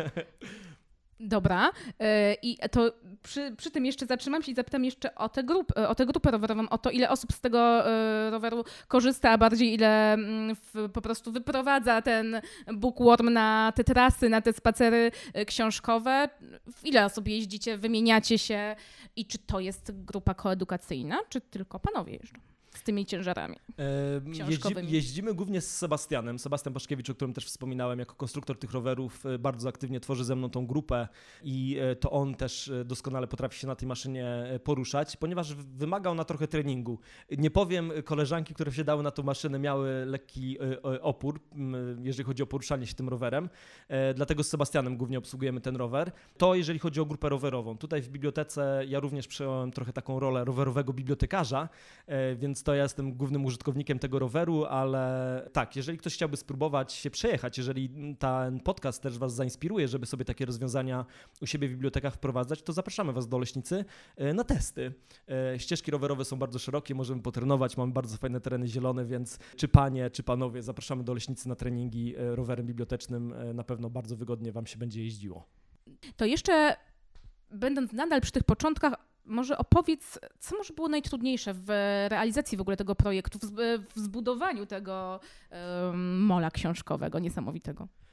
Dobra. I to przy tym jeszcze zatrzymam się i zapytam jeszcze o tę grupę rowerową, o to, ile osób z tego roweru korzysta, a bardziej ile po prostu wyprowadza ten bookworm na te trasy, na te spacery książkowe. W ile osób jeździcie, wymieniacie się i czy to jest grupa koedukacyjna, czy tylko panowie jeżdżą z tymi ciężarami książkowymi? Jeździmy głównie z Sebastianem. Sebastian Paszkiewicz, o którym też wspominałem, jako konstruktor tych rowerów, bardzo aktywnie tworzy ze mną tą grupę i to on też doskonale potrafi się na tej maszynie poruszać, ponieważ wymaga ona trochę treningu. Nie powiem, koleżanki, które wsiadały na tą maszynę, miały lekki opór, jeżeli chodzi o poruszanie się tym rowerem, dlatego z Sebastianem głównie obsługujemy ten rower. To jeżeli chodzi o grupę rowerową. Tutaj w bibliotece ja również przejąłem trochę taką rolę rowerowego bibliotekarza, więc to ja jestem głównym użytkownikiem tego roweru, ale tak, jeżeli ktoś chciałby spróbować się przejechać, jeżeli ten podcast też was zainspiruje, żeby sobie takie rozwiązania u siebie w bibliotekach wprowadzać, to zapraszamy was do Oleśnicy na testy. Ścieżki rowerowe są bardzo szerokie, możemy potrenować, mamy bardzo fajne tereny zielone, więc czy panie, czy panowie, zapraszamy do Oleśnicy na treningi rowerem bibliotecznym, na pewno bardzo wygodnie wam się będzie jeździło. To jeszcze, będąc nadal przy tych początkach, może opowiedz, co może było najtrudniejsze w realizacji w ogóle tego projektu, w zbudowaniu tego mola książkowego niesamowitego?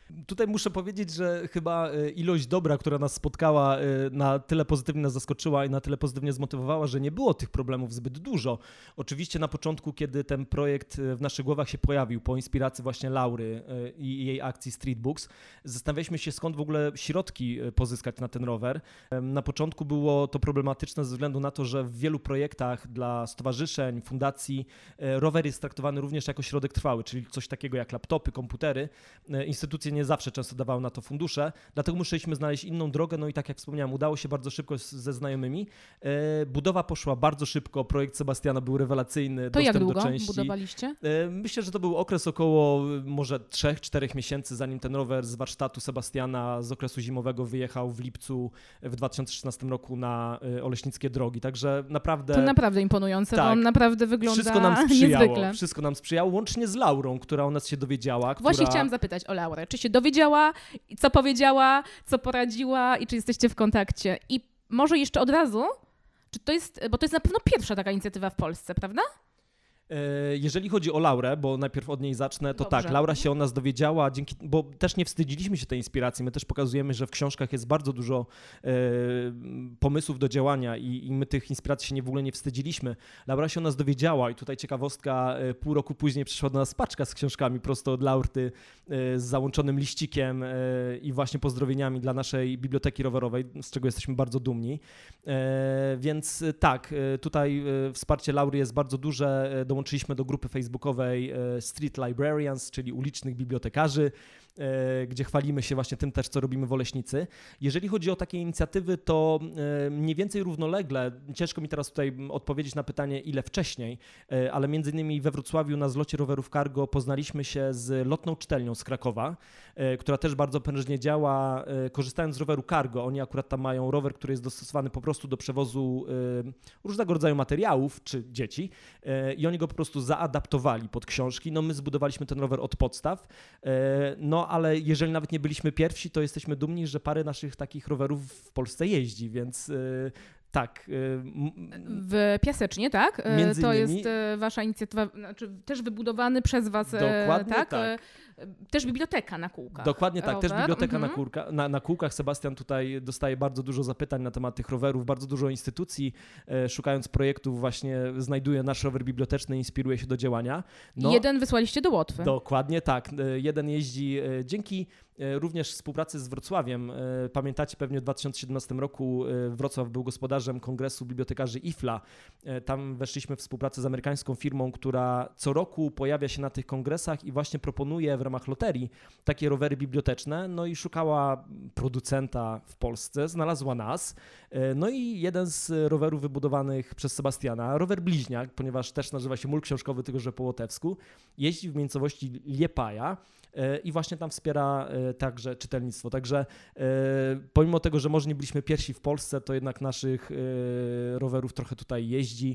Tutaj muszę powiedzieć, że chyba ilość dobra, która nas spotkała, na tyle pozytywnie nas zaskoczyła i na tyle pozytywnie zmotywowała, że nie było tych problemów zbyt dużo. Oczywiście na początku, kiedy ten projekt w naszych głowach się pojawił, po inspiracji właśnie Laury i jej akcji Street Books, zastanawialiśmy się, skąd w ogóle środki pozyskać na ten rower. Na początku było to problematyczne ze względu na to, że w wielu projektach dla stowarzyszeń, fundacji rower jest traktowany również jako środek trwały, czyli coś takiego jak laptopy, komputery. Instytucje nie zawsze często dawały na to fundusze, dlatego musieliśmy znaleźć inną drogę, no i tak jak wspomniałem, udało się bardzo szybko ze znajomymi. Budowa poszła bardzo szybko, projekt Sebastiana był rewelacyjny, To jak dostęp długo do części. budowaliście? Myślę, że to był okres około może 3-4 miesięcy, zanim ten rower z warsztatu Sebastiana z okresu zimowego wyjechał w lipcu w 2016 roku na Oleśnickie Drogi, także naprawdę... To naprawdę imponujące, Tak. bo on naprawdę wygląda Wszystko nam sprzyjało, niezwykle. wszystko nam sprzyjało, łącznie z Laurą, która o nas się dowiedziała. Właśnie chciałam zapytać o Laurę. Czy się dowiedziała, co powiedziała, co poradziła i czy jesteście w kontakcie? I może jeszcze od razu, czy to jest, bo to jest na pewno pierwsza taka inicjatywa w Polsce, prawda? Jeżeli chodzi o Laurę, bo najpierw od niej zacznę, to Dobrze. tak, Laura się o nas dowiedziała, bo też nie wstydziliśmy się tej inspiracji, my też pokazujemy, że w książkach jest bardzo dużo pomysłów do działania i my tych inspiracji się w ogóle nie wstydziliśmy. Laura się o nas dowiedziała i tutaj ciekawostka, pół roku później przyszła do nas paczka z książkami prosto od Laurty z załączonym liścikiem i właśnie pozdrowieniami dla naszej biblioteki rowerowej, z czego jesteśmy bardzo dumni. Więc tak, tutaj wsparcie Laury jest bardzo duże. Dołączyliśmy do grupy facebookowej Street Librarians, czyli ulicznych bibliotekarzy, gdzie chwalimy się właśnie tym też, co robimy w Oleśnicy. Jeżeli chodzi o takie inicjatywy, to mniej więcej równolegle, ciężko mi teraz tutaj odpowiedzieć na pytanie, ile wcześniej, ale między innymi we Wrocławiu na zlocie rowerów cargo poznaliśmy się z lotną czytelnią z Krakowa, która też bardzo prężnie działa, korzystając z roweru cargo. Oni akurat tam mają rower, który jest dostosowany po prostu do przewozu różnego rodzaju materiałów czy dzieci i oni go po prostu zaadaptowali pod książki. No my zbudowaliśmy ten rower od podstaw, no ale jeżeli nawet nie byliśmy pierwsi, to jesteśmy dumni, że parę naszych takich rowerów w Polsce jeździ, więc tak. W Piasecznie, tak? Między to innymi- jest wasza inicjatywa, znaczy też wybudowany przez was, Dokładnie tak? tak. Też biblioteka na kółkach. Dokładnie tak, też Rower. biblioteka Mhm. na kółkach. Sebastian tutaj dostaje bardzo dużo zapytań na temat tych rowerów, bardzo dużo instytucji, szukając projektów właśnie znajduje nasz rower biblioteczny, inspiruje się do działania. No, Jeden wysłaliście do Łotwy. dokładnie tak. Jeden jeździ dzięki również współpracy z Wrocławiem. Pamiętacie pewnie w 2017 roku Wrocław był gospodarzem kongresu bibliotekarzy IFLA. Tam weszliśmy w współpracę z amerykańską firmą, która co roku pojawia się na tych kongresach i właśnie proponuje w ramach loterii takie rowery biblioteczne. No i szukała producenta w Polsce, znalazła nas. No i jeden z rowerów wybudowanych przez Sebastiana, rower bliźniak, ponieważ też nazywa się Mól Książkowy, tylko że po łotewsku, jeździ w miejscowości Liepaja i właśnie tam wspiera także czytelnictwo. Także pomimo tego, że może nie byliśmy pierwsi w Polsce, to jednak naszych rowerów trochę tutaj jeździ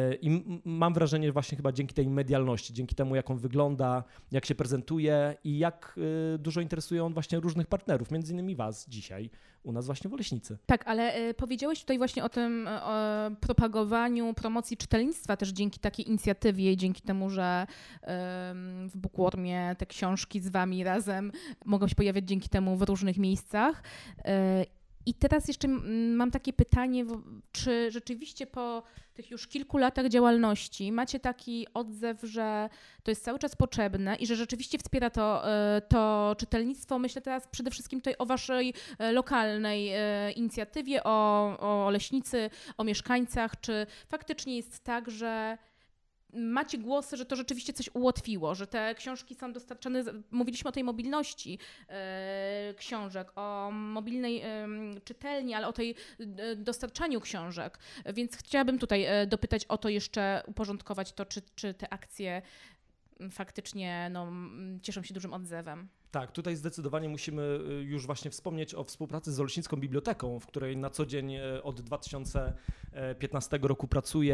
i mam wrażenie właśnie chyba dzięki tej medialności, dzięki temu jak on wygląda, jak się prezentuje i jak dużo interesuje on właśnie różnych partnerów, między innymi was dzisiaj u nas właśnie w Oleśnicy. Tak, ale powiedziałeś tutaj właśnie o tym o propagowaniu, promocji czytelnictwa też dzięki takiej inicjatywie i dzięki temu, że w Bookwormie te książki z wami razem mogą się pojawiać dzięki temu w różnych miejscach. I teraz jeszcze mam takie pytanie, czy rzeczywiście po tych już kilku latach działalności macie taki odzew, że to jest cały czas potrzebne i że rzeczywiście wspiera to czytelnictwo? Myślę teraz przede wszystkim tutaj o waszej lokalnej inicjatywie, o Oleśnicy, o mieszkańcach. Czy faktycznie jest tak, że macie głosy, że to rzeczywiście coś ułatwiło, że te książki są dostarczane, mówiliśmy o tej mobilności książek, o mobilnej czytelni, ale o tej dostarczaniu książek, więc chciałabym tutaj dopytać o to jeszcze, uporządkować to, czy te akcje faktycznie cieszą się dużym odzewem. Tak, tutaj zdecydowanie musimy już właśnie wspomnieć o współpracy z Oleśnicką Biblioteką, w której na co dzień od 2015 roku pracuję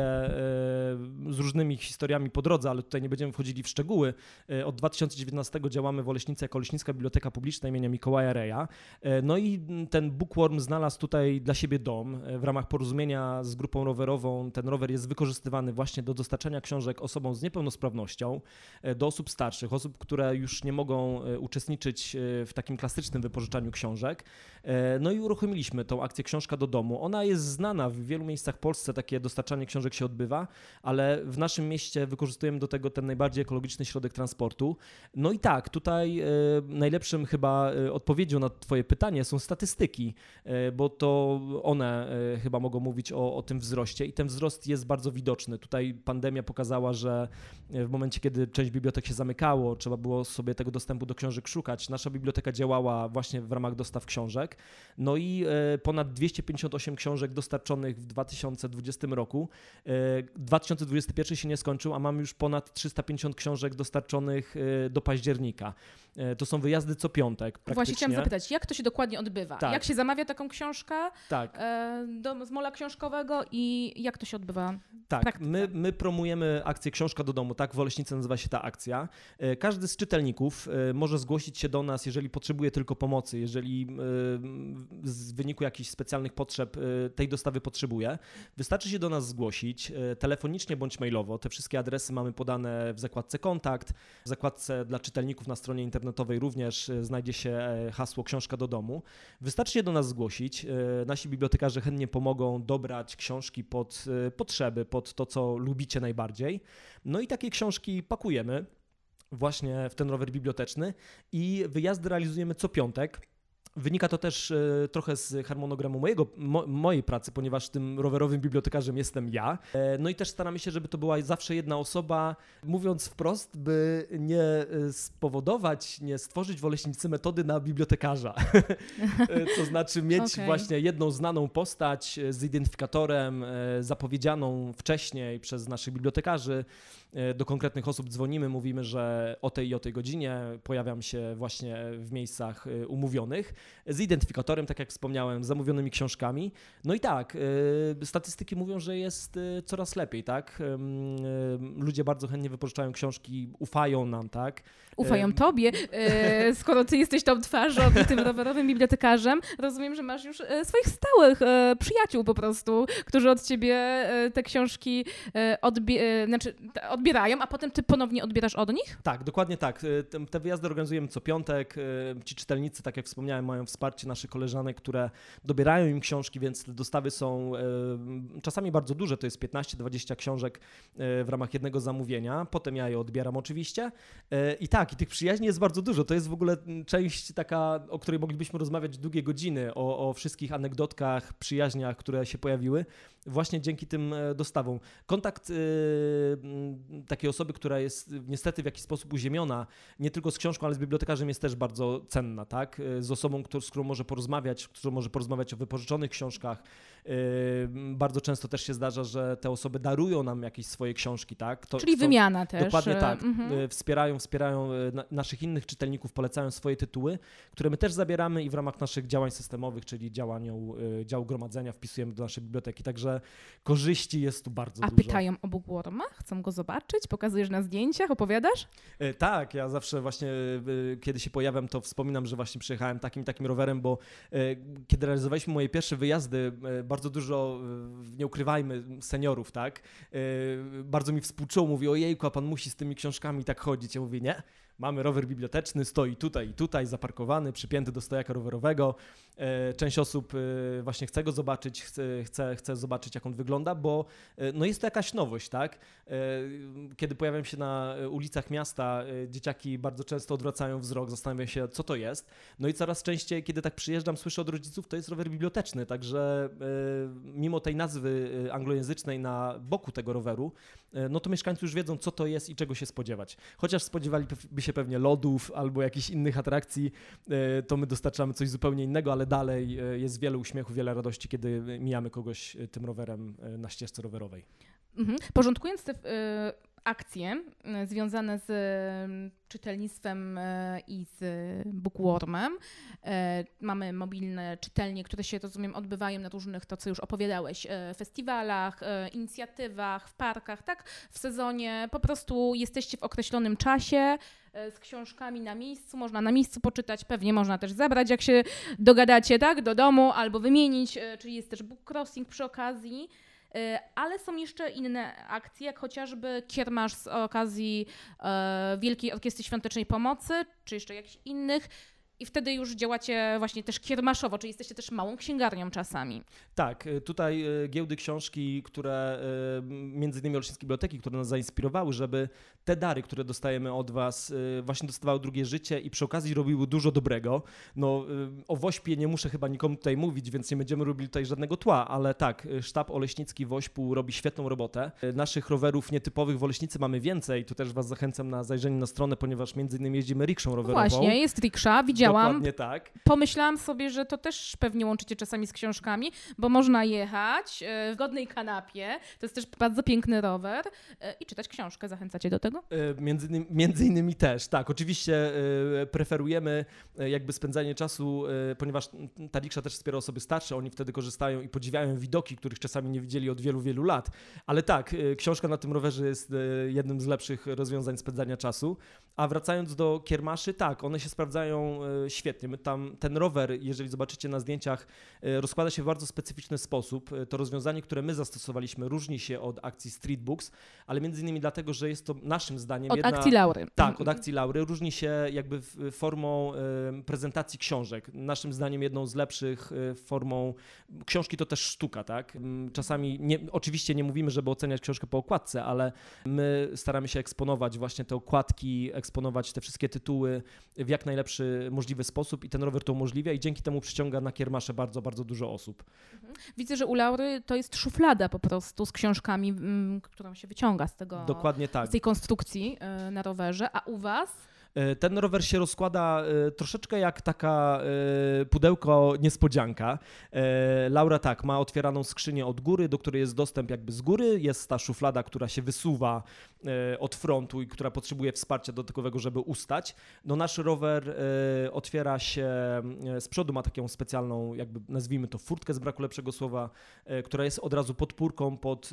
z różnymi historiami po drodze, ale tutaj nie będziemy wchodzili w szczegóły. Od 2019 działamy w Oleśnicy jako Oleśnicka Biblioteka Publiczna imienia Mikołaja Reja. No i ten Bookworm znalazł tutaj dla siebie dom. W ramach porozumienia z grupą rowerową ten rower jest wykorzystywany właśnie do dostarczania książek osobom z niepełnosprawnością, do osób starszych, osób, które już nie mogą uczestniczyć uczestniczyć w takim klasycznym wypożyczaniu książek. No i uruchomiliśmy tą akcję Książka do domu. Ona jest znana, w wielu miejscach w Polsce takie dostarczanie książek się odbywa, ale w naszym mieście wykorzystujemy do tego ten najbardziej ekologiczny środek transportu. No i tak, tutaj najlepszym chyba odpowiedzią na twoje pytanie są statystyki, bo to one chyba mogą mówić o tym wzroście i ten wzrost jest bardzo widoczny. Tutaj pandemia pokazała, że w momencie, kiedy część bibliotek się zamykało, trzeba było sobie tego dostępu do książek szukać. Nasza biblioteka działała właśnie w ramach dostaw książek. No i ponad 258 książek dostarczonych w 2020 roku. 2021 się nie skończył, a mamy już ponad 350 książek dostarczonych do października. To są wyjazdy co piątek praktycznie. Właśnie chciałam zapytać, jak to się dokładnie odbywa? Tak. Jak się zamawia taką książkę Tak. z mola książkowego i jak to się odbywa? Tak, praktyce? my promujemy akcję Książka do domu, tak w Oleśnicy nazywa się ta akcja. Każdy z czytelników może zgłosić się do nas, jeżeli potrzebuje tylko pomocy, jeżeli z wyniku jakichś specjalnych potrzeb tej dostawy potrzebuje. Wystarczy się do nas zgłosić telefonicznie bądź mailowo. Te wszystkie adresy mamy podane w zakładce Kontakt. W zakładce dla czytelników na stronie internetowej również znajdzie się hasło Książka do domu. Wystarczy się do nas zgłosić. Nasi bibliotekarze chętnie pomogą dobrać książki pod potrzeby, pod to, co lubicie najbardziej. No i takie książki pakujemy właśnie w ten rower biblioteczny i wyjazdy realizujemy co piątek. Wynika to też trochę z harmonogramu mojej pracy, ponieważ tym rowerowym bibliotekarzem jestem ja. No i też staramy się, żeby to była zawsze jedna osoba, mówiąc wprost, by nie spowodować, nie stworzyć w Oleśnicy metody na bibliotekarza. To znaczy mieć właśnie jedną znaną postać z identyfikatorem, zapowiedzianą wcześniej przez naszych bibliotekarzy. Do konkretnych osób dzwonimy, mówimy, że o tej i o tej godzinie pojawiam się właśnie w miejscach umówionych, z identyfikatorem, tak jak wspomniałem, z zamówionymi książkami. No i tak, statystyki mówią, że jest coraz lepiej, tak? Ludzie bardzo chętnie wypożyczają książki, ufają nam, tak? Ufają tobie, skoro ty jesteś tą twarzą i tym rowerowym bibliotekarzem, rozumiem, że masz już swoich stałych przyjaciół po prostu, którzy od ciebie te książki odbierają, a potem ty ponownie odbierasz od nich? Tak, dokładnie tak. Te wyjazdy organizujemy co piątek. Ci czytelnicy, tak jak wspomniałem, mają wsparcie naszych koleżanek, które dobierają im książki, więc te dostawy są czasami bardzo duże, to jest 15-20 książek w ramach jednego zamówienia. Potem ja je odbieram oczywiście. I tak, i tych przyjaźni jest bardzo dużo. To jest w ogóle część taka, o której moglibyśmy rozmawiać długie godziny, o wszystkich anegdotkach, przyjaźniach, które się pojawiły właśnie dzięki tym dostawom. Kontakt takiej osoby, która jest niestety w jakiś sposób uziemiona, nie tylko z książką, ale z bibliotekarzem jest też bardzo cenna, tak? Z osobą, z którą może porozmawiać o wypożyczonych książkach. Bardzo często też się zdarza, że te osoby darują nam jakieś swoje książki, tak? Czyli wymiana też. Dokładnie tak. Wspierają naszych innych czytelników, polecają swoje tytuły, które my też zabieramy i w ramach naszych działań systemowych, czyli działu gromadzenia wpisujemy do naszej biblioteki, także korzyści jest tu bardzo dużo. A pytają o Bookworma? Chcą go zobaczyć? Pokazujesz na zdjęciach? Opowiadasz? Tak, ja zawsze właśnie, kiedy się pojawiam, to wspominam, że właśnie przyjechałem takim rowerem, bo kiedy realizowaliśmy moje pierwsze wyjazdy, bardzo dużo, nie ukrywajmy, seniorów, tak, bardzo mi współczuło, mówi, ojejku, a pan musi z tymi książkami tak chodzić. Ja mówię, nie. Mamy rower biblioteczny, stoi tutaj i tutaj, zaparkowany, przypięty do stojaka rowerowego. Część osób właśnie chce go zobaczyć, chce zobaczyć, jak on wygląda, bo no jest to jakaś nowość, tak? Kiedy pojawiam się na ulicach miasta, dzieciaki bardzo często odwracają wzrok, zastanawiają się, co to jest. No i coraz częściej, kiedy tak przyjeżdżam, słyszę od rodziców, to jest rower biblioteczny, także mimo tej nazwy anglojęzycznej na boku tego roweru, no to mieszkańcy już wiedzą, co to jest i czego się spodziewać. Chociaż spodziewaliby się pewnie lodów albo jakichś innych atrakcji, to my dostarczamy coś zupełnie innego, ale dalej jest wiele uśmiechu, wiele radości, kiedy mijamy kogoś tym rowerem na ścieżce rowerowej. Porządkując te akcje związane z czytelnictwem i z Bookwormem. Mamy mobilne czytelnie, które się, rozumiem, odbywają na różnych, to co już opowiadałeś, festiwalach, inicjatywach, w parkach, tak? W sezonie po prostu jesteście w określonym czasie z książkami na miejscu, można na miejscu poczytać, pewnie można też zabrać, jak się dogadacie, tak? Do domu albo wymienić, czyli jest też book crossing przy okazji. ale są jeszcze inne akcje, jak chociażby kiermasz z okazji Wielkiej Orkiestry Świątecznej Pomocy, czy jeszcze jakichś innych. I wtedy już działacie właśnie też kiermaszowo, czyli jesteście też małą księgarnią czasami. Tak, tutaj giełdy książki, które między innymi Olsztyńskie Biblioteki, które nas zainspirowały, żeby te dary, które dostajemy od was, właśnie dostawały drugie życie i przy okazji robiły dużo dobrego. No o Wośpie nie muszę chyba nikomu tutaj mówić, więc nie będziemy robili tutaj żadnego tła, ale tak, sztab oleśnicki Wośpu robi świetną robotę. Naszych rowerów nietypowych w Oleśnicy mamy więcej, tu też was zachęcam na zajrzenie na stronę, ponieważ między innymi jeździmy rikszą rowerową. Właśnie, jest riksza, widziałam. Dokładnie tak. Pomyślałam sobie, że to też pewnie łączycie czasami z książkami, bo można jechać w godnej kanapie, to jest też bardzo piękny rower i czytać książkę. Zachęcacie do tego? Między innymi też, tak. Oczywiście preferujemy jakby spędzanie czasu, ponieważ ta riksza też wspiera osoby starsze, oni wtedy korzystają i podziwiają widoki, których czasami nie widzieli od wielu, wielu lat. Ale tak, książka na tym rowerze jest jednym z lepszych rozwiązań spędzania czasu. A wracając do kiermaszy, tak, one się sprawdzają świetnie. My tam, ten rower, jeżeli zobaczycie na zdjęciach, rozkłada się w bardzo specyficzny sposób. To rozwiązanie, które my zastosowaliśmy, różni się od akcji Street Books, ale między innymi dlatego, że jest to naszym zdaniem Od akcji Laury. Tak, od akcji Laury. Różni się jakby formą prezentacji książek. Naszym zdaniem jedną z lepszych formą książki to też sztuka, tak? Czasami, oczywiście nie mówimy, żeby oceniać książkę po okładce, ale my staramy się eksponować właśnie te okładki, eksponować te wszystkie tytuły w jak najlepszy możliwy sposób i ten rower to umożliwia i dzięki temu przyciąga na kiermasze bardzo, bardzo dużo osób. Widzę, że u Laury to jest szuflada po prostu z książkami, którą się wyciąga z tego, Dokładnie tak. z tej konstrukcji na rowerze, a u was? Ten rower się rozkłada troszeczkę jak taka pudełko niespodzianka. Laura tak, ma otwieraną skrzynię od góry, do której jest dostęp jakby z góry. Jest ta szuflada, która się wysuwa od frontu i która potrzebuje wsparcia dodatkowego, żeby ustać. No nasz rower otwiera się z przodu, ma taką specjalną, jakby nazwijmy to furtkę z braku lepszego słowa, która jest od razu podpórką pod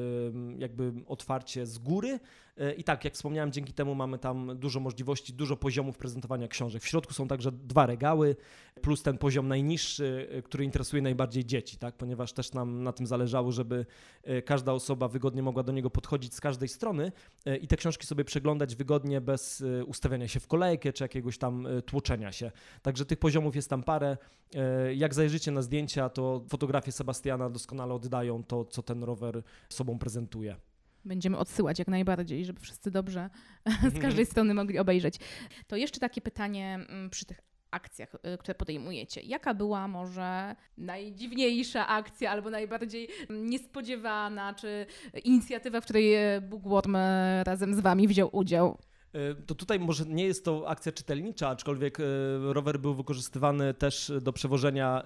jakby otwarcie z góry. I tak, jak wspomniałem, dzięki temu mamy tam dużo możliwości, dużo poziomów prezentowania książek. W środku są także 2 regały, plus ten poziom najniższy, który interesuje najbardziej dzieci, tak? Ponieważ też nam na tym zależało, żeby każda osoba wygodnie mogła do niego podchodzić z każdej strony i te książki sobie przeglądać wygodnie, bez ustawiania się w kolejkę czy jakiegoś tam tłoczenia się. Także tych poziomów jest tam parę. Jak zajrzycie na zdjęcia, to fotografie Sebastiana doskonale oddają to, co ten rower sobą prezentuje. Będziemy odsyłać jak najbardziej, żeby wszyscy dobrze z każdej strony mogli obejrzeć. To jeszcze takie pytanie przy tych akcjach, które podejmujecie. Jaka była może najdziwniejsza akcja albo najbardziej niespodziewana, czy inicjatywa, w której Bookworm razem z wami wziął udział? To tutaj może nie jest to akcja czytelnicza, aczkolwiek rower był wykorzystywany też do przewożenia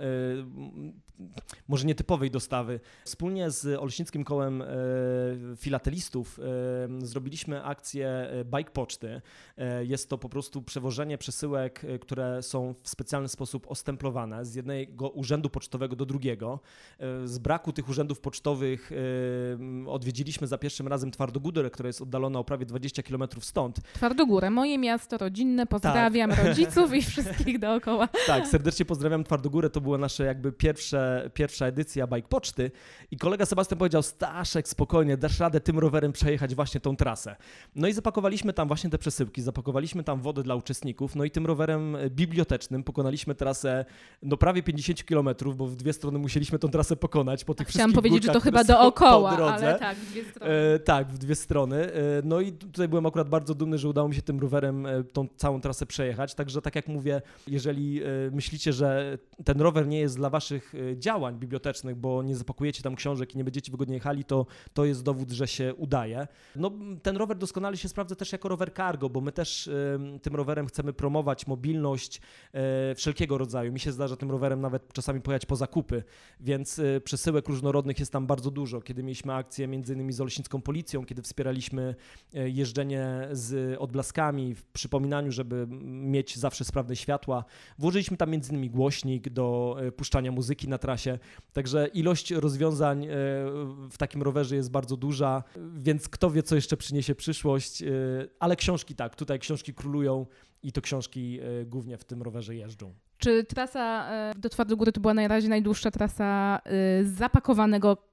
może nietypowej dostawy. Wspólnie z Olsztyńskim Kołem Filatelistów zrobiliśmy akcję Bike Poczty. Jest to po prostu przewożenie przesyłek, które są w specjalny sposób ostemplowane z jednego urzędu pocztowego do drugiego. Z braku tych urzędów pocztowych odwiedziliśmy za pierwszym razem Twardogórę, która jest oddalona o prawie 20 km stąd. Twardogórę, moje miasto rodzinne, pozdrawiam rodziców i wszystkich dookoła. Tak, serdecznie pozdrawiam Twardogórę, to była nasza jakby pierwsza edycja Bike Poczty i kolega Sebastian powiedział: Staszek, spokojnie, dasz radę tym rowerem przejechać właśnie tą trasę. No i zapakowaliśmy tam właśnie te przesyłki, zapakowaliśmy tam wodę dla uczestników, no i tym rowerem bibliotecznym pokonaliśmy trasę no prawie 50 km, bo w 2 strony musieliśmy tą trasę pokonać po tych Chciałam wszystkich powiedzieć, że to górkach, chyba które są dookoła, po drodze. ale tak, w 2 strony. Tak, w 2 strony. No i tutaj byłem akurat bardzo dumny, że udało mi się tym rowerem tą całą trasę przejechać. Także tak jak mówię, jeżeli myślicie, że ten rower nie jest dla waszych działań bibliotecznych, bo nie zapakujecie tam książek i nie będziecie wygodnie jechali, to jest dowód, że się udaje. No, ten rower doskonale się sprawdza też jako rower cargo, bo my też tym rowerem chcemy promować mobilność wszelkiego rodzaju. Mi się zdarza tym rowerem nawet czasami pojechać po zakupy, więc przesyłek różnorodnych jest tam bardzo dużo. Kiedy mieliśmy akcję między innymi z Olsztyńską Policją, kiedy wspieraliśmy jeżdżenie z odblaskami w przypominaniu, żeby mieć zawsze sprawne światła, włożyliśmy tam między innymi głośnik do puszczania muzyki na trasie. Także ilość rozwiązań w takim rowerze jest bardzo duża, więc kto wie, co jeszcze przyniesie przyszłość, ale książki tak, tutaj książki królują i to książki głównie w tym rowerze jeżdżą. Czy trasa do Twardogóry to była na razie najdłuższa trasa zapakowanego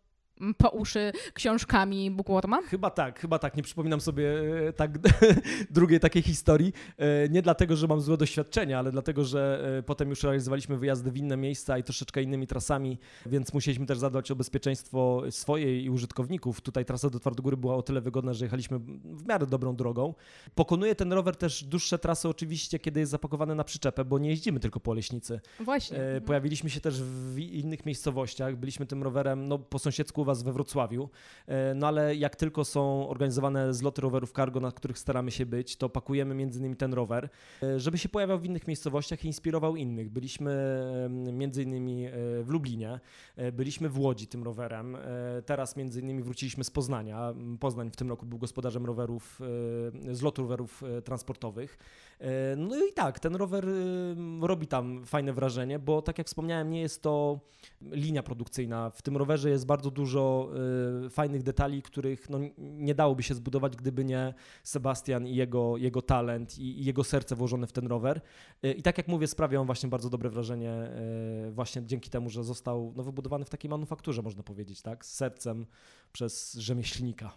po uszy książkami Bookworma? Chyba tak. Nie przypominam sobie tak drugiej takiej historii. Nie dlatego, że mam złe doświadczenia, ale dlatego, że potem już realizowaliśmy wyjazdy w inne miejsca i troszeczkę innymi trasami, więc musieliśmy też zadbać o bezpieczeństwo swoje i użytkowników. Tutaj trasa do Twardogóry była o tyle wygodna, że jechaliśmy w miarę dobrą drogą. Pokonuje ten rower też dłuższe trasy oczywiście, kiedy jest zapakowany na przyczepę, bo nie jeździmy tylko po Oleśnicy. Właśnie. Pojawiliśmy się też w innych miejscowościach. Byliśmy tym rowerem po sąsiedzku u was we Wrocławiu, no ale jak tylko są organizowane zloty rowerów cargo, na których staramy się być, to pakujemy między innymi ten rower, żeby się pojawiał w innych miejscowościach i inspirował innych. Byliśmy między innymi w Lublinie, byliśmy w Łodzi tym rowerem, teraz między innymi wróciliśmy z Poznania. Poznań w tym roku był gospodarzem rowerów, zlotu rowerów transportowych. No i tak, ten rower robi tam fajne wrażenie, bo tak jak wspomniałem, nie jest to linia produkcyjna. W tym rowerze jest bardzo dużo fajnych detali, których nie dałoby się zbudować, gdyby nie Sebastian i jego talent i jego serce włożone w ten rower. I tak jak mówię, sprawia on właśnie bardzo dobre wrażenie właśnie dzięki temu, że został wybudowany w takiej manufakturze, można powiedzieć, tak? Z sercem przez rzemieślnika.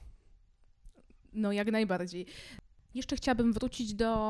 No jak najbardziej. Jeszcze chciałabym wrócić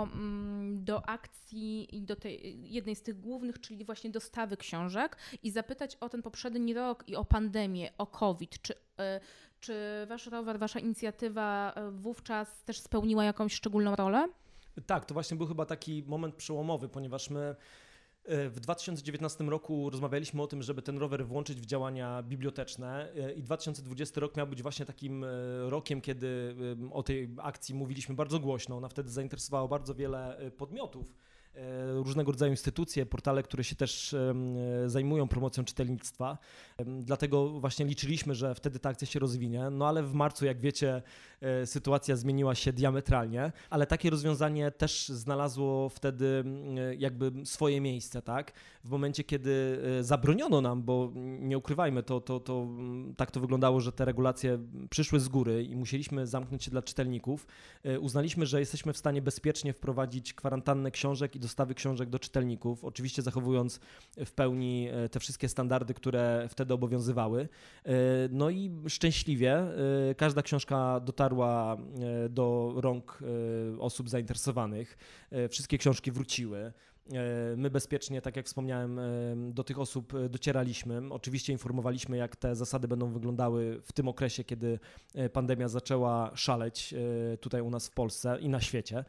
do akcji i do tej jednej z tych głównych, czyli właśnie dostawy książek i zapytać o ten poprzedni rok i o pandemię, o COVID. Czy wasz rower, wasza inicjatywa wówczas też spełniła jakąś szczególną rolę? Tak, to właśnie był chyba taki moment przełomowy, ponieważ my w 2019 roku rozmawialiśmy o tym, żeby ten rower włączyć w działania biblioteczne i 2020 rok miał być właśnie takim rokiem, kiedy o tej akcji mówiliśmy bardzo głośno. Ona wtedy zainteresowała bardzo wiele podmiotów, różnego rodzaju instytucje, portale, które się też zajmują promocją czytelnictwa. Dlatego właśnie liczyliśmy, że wtedy ta akcja się rozwinie. No ale w marcu, jak wiecie, sytuacja zmieniła się diametralnie, ale takie rozwiązanie też znalazło wtedy jakby swoje miejsce, tak? W momencie, kiedy zabroniono nam, bo nie ukrywajmy, to tak to wyglądało, że te regulacje przyszły z góry i musieliśmy zamknąć się dla czytelników, uznaliśmy, że jesteśmy w stanie bezpiecznie wprowadzić kwarantannę książek i dostawy książek do czytelników, oczywiście zachowując w pełni te wszystkie standardy, które wtedy obowiązywały. No i szczęśliwie każda książka dotarła do rąk osób zainteresowanych. Wszystkie książki wróciły. My bezpiecznie, tak jak wspomniałem, do tych osób docieraliśmy. Oczywiście informowaliśmy, jak te zasady będą wyglądały w tym okresie, kiedy pandemia zaczęła szaleć tutaj u nas w Polsce i na świecie.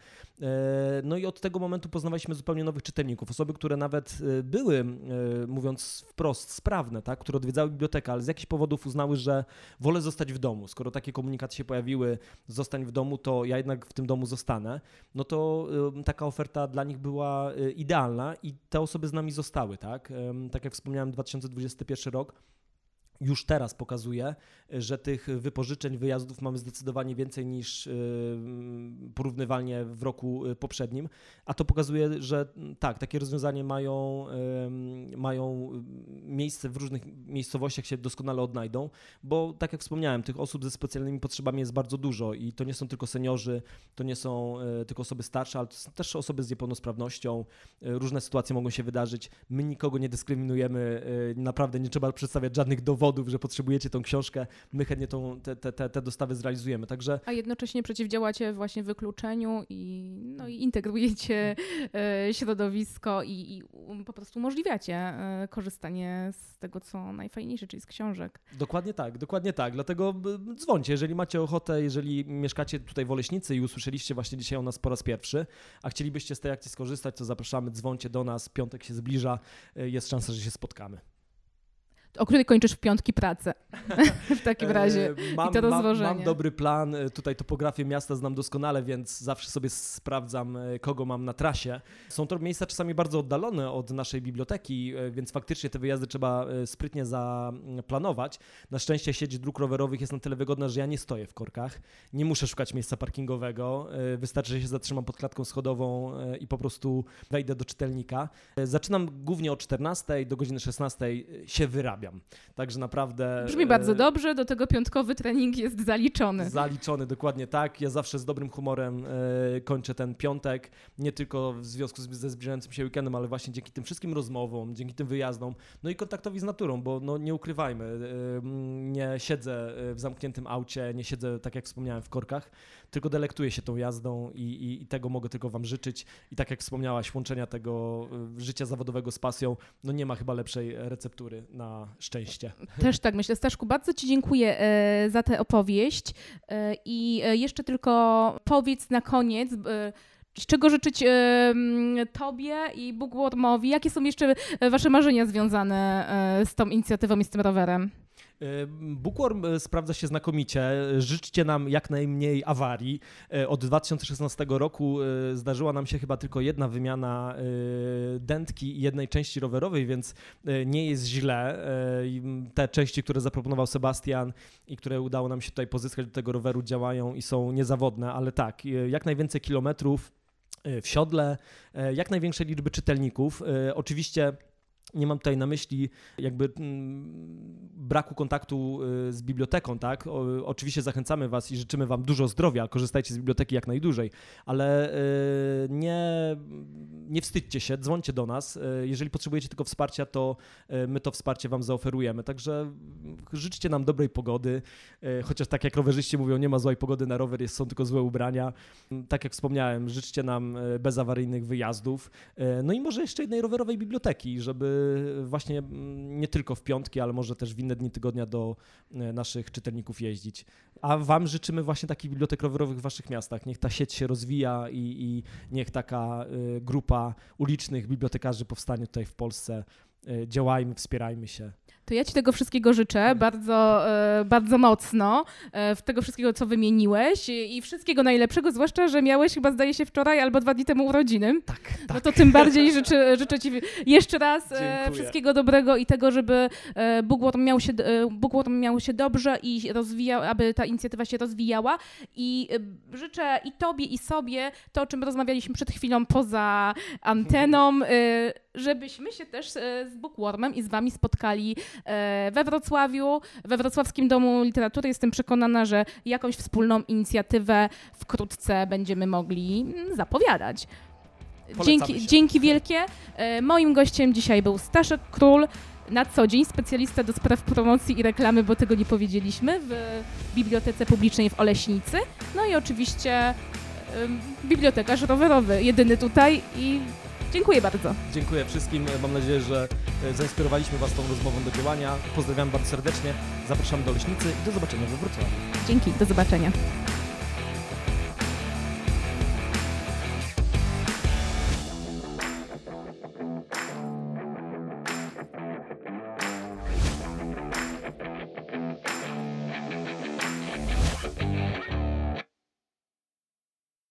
No i od tego momentu poznawaliśmy zupełnie nowych czytelników. Osoby, które nawet były, mówiąc wprost, sprawne, tak? Które odwiedzały bibliotekę, ale z jakichś powodów uznały, że wolę zostać w domu. Skoro takie komunikaty się pojawiły, zostań w domu, to ja jednak w tym domu zostanę. No to taka oferta dla nich była idealna i te osoby z nami zostały, tak? Tak jak wspomniałem, 2021 rok już teraz pokazuje, że tych wypożyczeń, wyjazdów mamy zdecydowanie więcej niż porównywalnie w roku poprzednim, a to pokazuje, że tak, takie rozwiązania mają miejsce w różnych miejscowościach, się doskonale odnajdą, bo tak jak wspomniałem, tych osób ze specjalnymi potrzebami jest bardzo dużo i to nie są tylko seniorzy, to nie są tylko osoby starsze, ale to są też osoby z niepełnosprawnością, różne sytuacje mogą się wydarzyć, my nikogo nie dyskryminujemy, naprawdę nie trzeba przedstawiać żadnych dowodów, że potrzebujecie tą książkę, my chętnie te dostawy zrealizujemy. Także... A jednocześnie przeciwdziałacie właśnie wykluczeniu i integrujecie środowisko i po prostu umożliwiacie korzystanie z tego, co najfajniejsze, czyli z książek. Dokładnie tak. Dlatego dzwońcie, jeżeli macie ochotę, jeżeli mieszkacie tutaj w Oleśnicy i usłyszeliście właśnie dzisiaj o nas po raz pierwszy, a chcielibyście z tej akcji skorzystać, to zapraszamy, dzwońcie do nas, piątek się zbliża, jest szansa, że się spotkamy. O której kończysz w piątki pracę w takim razie i to rozwożenie. Mam dobry plan, tutaj topografię miasta znam doskonale, więc zawsze sobie sprawdzam, kogo mam na trasie. Są to miejsca czasami bardzo oddalone od naszej biblioteki, więc faktycznie te wyjazdy trzeba sprytnie zaplanować. Na szczęście sieć dróg rowerowych jest na tyle wygodna, że ja nie stoję w korkach, nie muszę szukać miejsca parkingowego, wystarczy, że się zatrzymam pod klatką schodową i po prostu wejdę do czytelnika. Zaczynam głównie o 14 do godziny 16 się wyrabiam. uprawiam. Także naprawdę... Brzmi bardzo dobrze, do tego piątkowy trening jest zaliczony. Zaliczony, dokładnie tak. Ja zawsze z dobrym humorem kończę ten piątek, nie tylko w związku ze zbliżającym się weekendem, ale właśnie dzięki tym wszystkim rozmowom, dzięki tym wyjazdom, no i kontaktowi z naturą, bo no nie ukrywajmy, nie siedzę w zamkniętym aucie, nie siedzę, tak jak wspomniałem, w korkach, tylko delektuję się tą jazdą i tego mogę tylko wam życzyć. I tak jak wspomniałaś, łączenia tego życia zawodowego z pasją, no nie ma chyba lepszej receptury na szczęście. Też tak myślę. Staszku, bardzo ci dziękuję za tę opowieść i jeszcze tylko powiedz na koniec, czego życzyć tobie i Bookwormowi? Jakie są jeszcze wasze marzenia związane z tą inicjatywą i z tym rowerem? Bookworm sprawdza się znakomicie. Życzcie nam jak najmniej awarii. Od 2016 roku zdarzyła nam się chyba tylko jedna wymiana dętki i jednej części rowerowej, więc nie jest źle. Te części, które zaproponował Sebastian i które udało nam się tutaj pozyskać do tego roweru, działają i są niezawodne, ale tak, jak najwięcej kilometrów w siodle, jak największe liczby czytelników. Oczywiście nie mam tutaj na myśli jakby braku kontaktu z biblioteką, tak? Oczywiście zachęcamy was i życzymy wam dużo zdrowia, korzystajcie z biblioteki jak najdłużej, ale nie wstydźcie się, dzwońcie do nas. Jeżeli potrzebujecie tylko wsparcia, to my to wsparcie wam zaoferujemy. Także życzcie nam dobrej pogody, chociaż tak jak rowerzyści mówią, nie ma złej pogody na rower, są tylko złe ubrania. Tak jak wspomniałem, życzcie nam bezawaryjnych wyjazdów. No i może jeszcze jednej rowerowej biblioteki, żeby właśnie nie tylko w piątki, ale może też w inne dni tygodnia do naszych czytelników jeździć. A wam życzymy właśnie takich bibliotek rowerowych w waszych miastach. Niech ta sieć się rozwija i niech taka grupa ulicznych bibliotekarzy powstanie tutaj w Polsce. Działajmy, wspierajmy się. To ja ci tego wszystkiego życzę bardzo, bardzo mocno, tego wszystkiego, co wymieniłeś i wszystkiego najlepszego, zwłaszcza, że miałeś chyba, zdaje się, wczoraj albo 2 dni temu urodziny. Tak. No to tym bardziej życzę ci jeszcze raz Dziękuję. wszystkiego dobrego i tego, żeby Bookworm miał się dobrze i rozwijał, aby ta inicjatywa się rozwijała. I życzę i tobie, i sobie to, o czym rozmawialiśmy przed chwilą poza anteną, żebyśmy się też z Bookwormem i z wami spotkali we Wrocławiu, we Wrocławskim Domu Literatury. Jestem przekonana, że jakąś wspólną inicjatywę wkrótce będziemy mogli zapowiadać. Dzięki wielkie. Moim gościem dzisiaj był Staszek Król, na co dzień specjalista do spraw promocji i reklamy, bo tego nie powiedzieliśmy, w Bibliotece Publicznej w Oleśnicy. No i oczywiście bibliotekarz rowerowy, jedyny tutaj i dziękuję bardzo. Dziękuję wszystkim. Mam nadzieję, że zainspirowaliśmy was tą rozmową do działania. Pozdrawiam bardzo serdecznie. Zapraszam do Oleśnicy i do zobaczenia we Wrocławiu. Dzięki, do zobaczenia.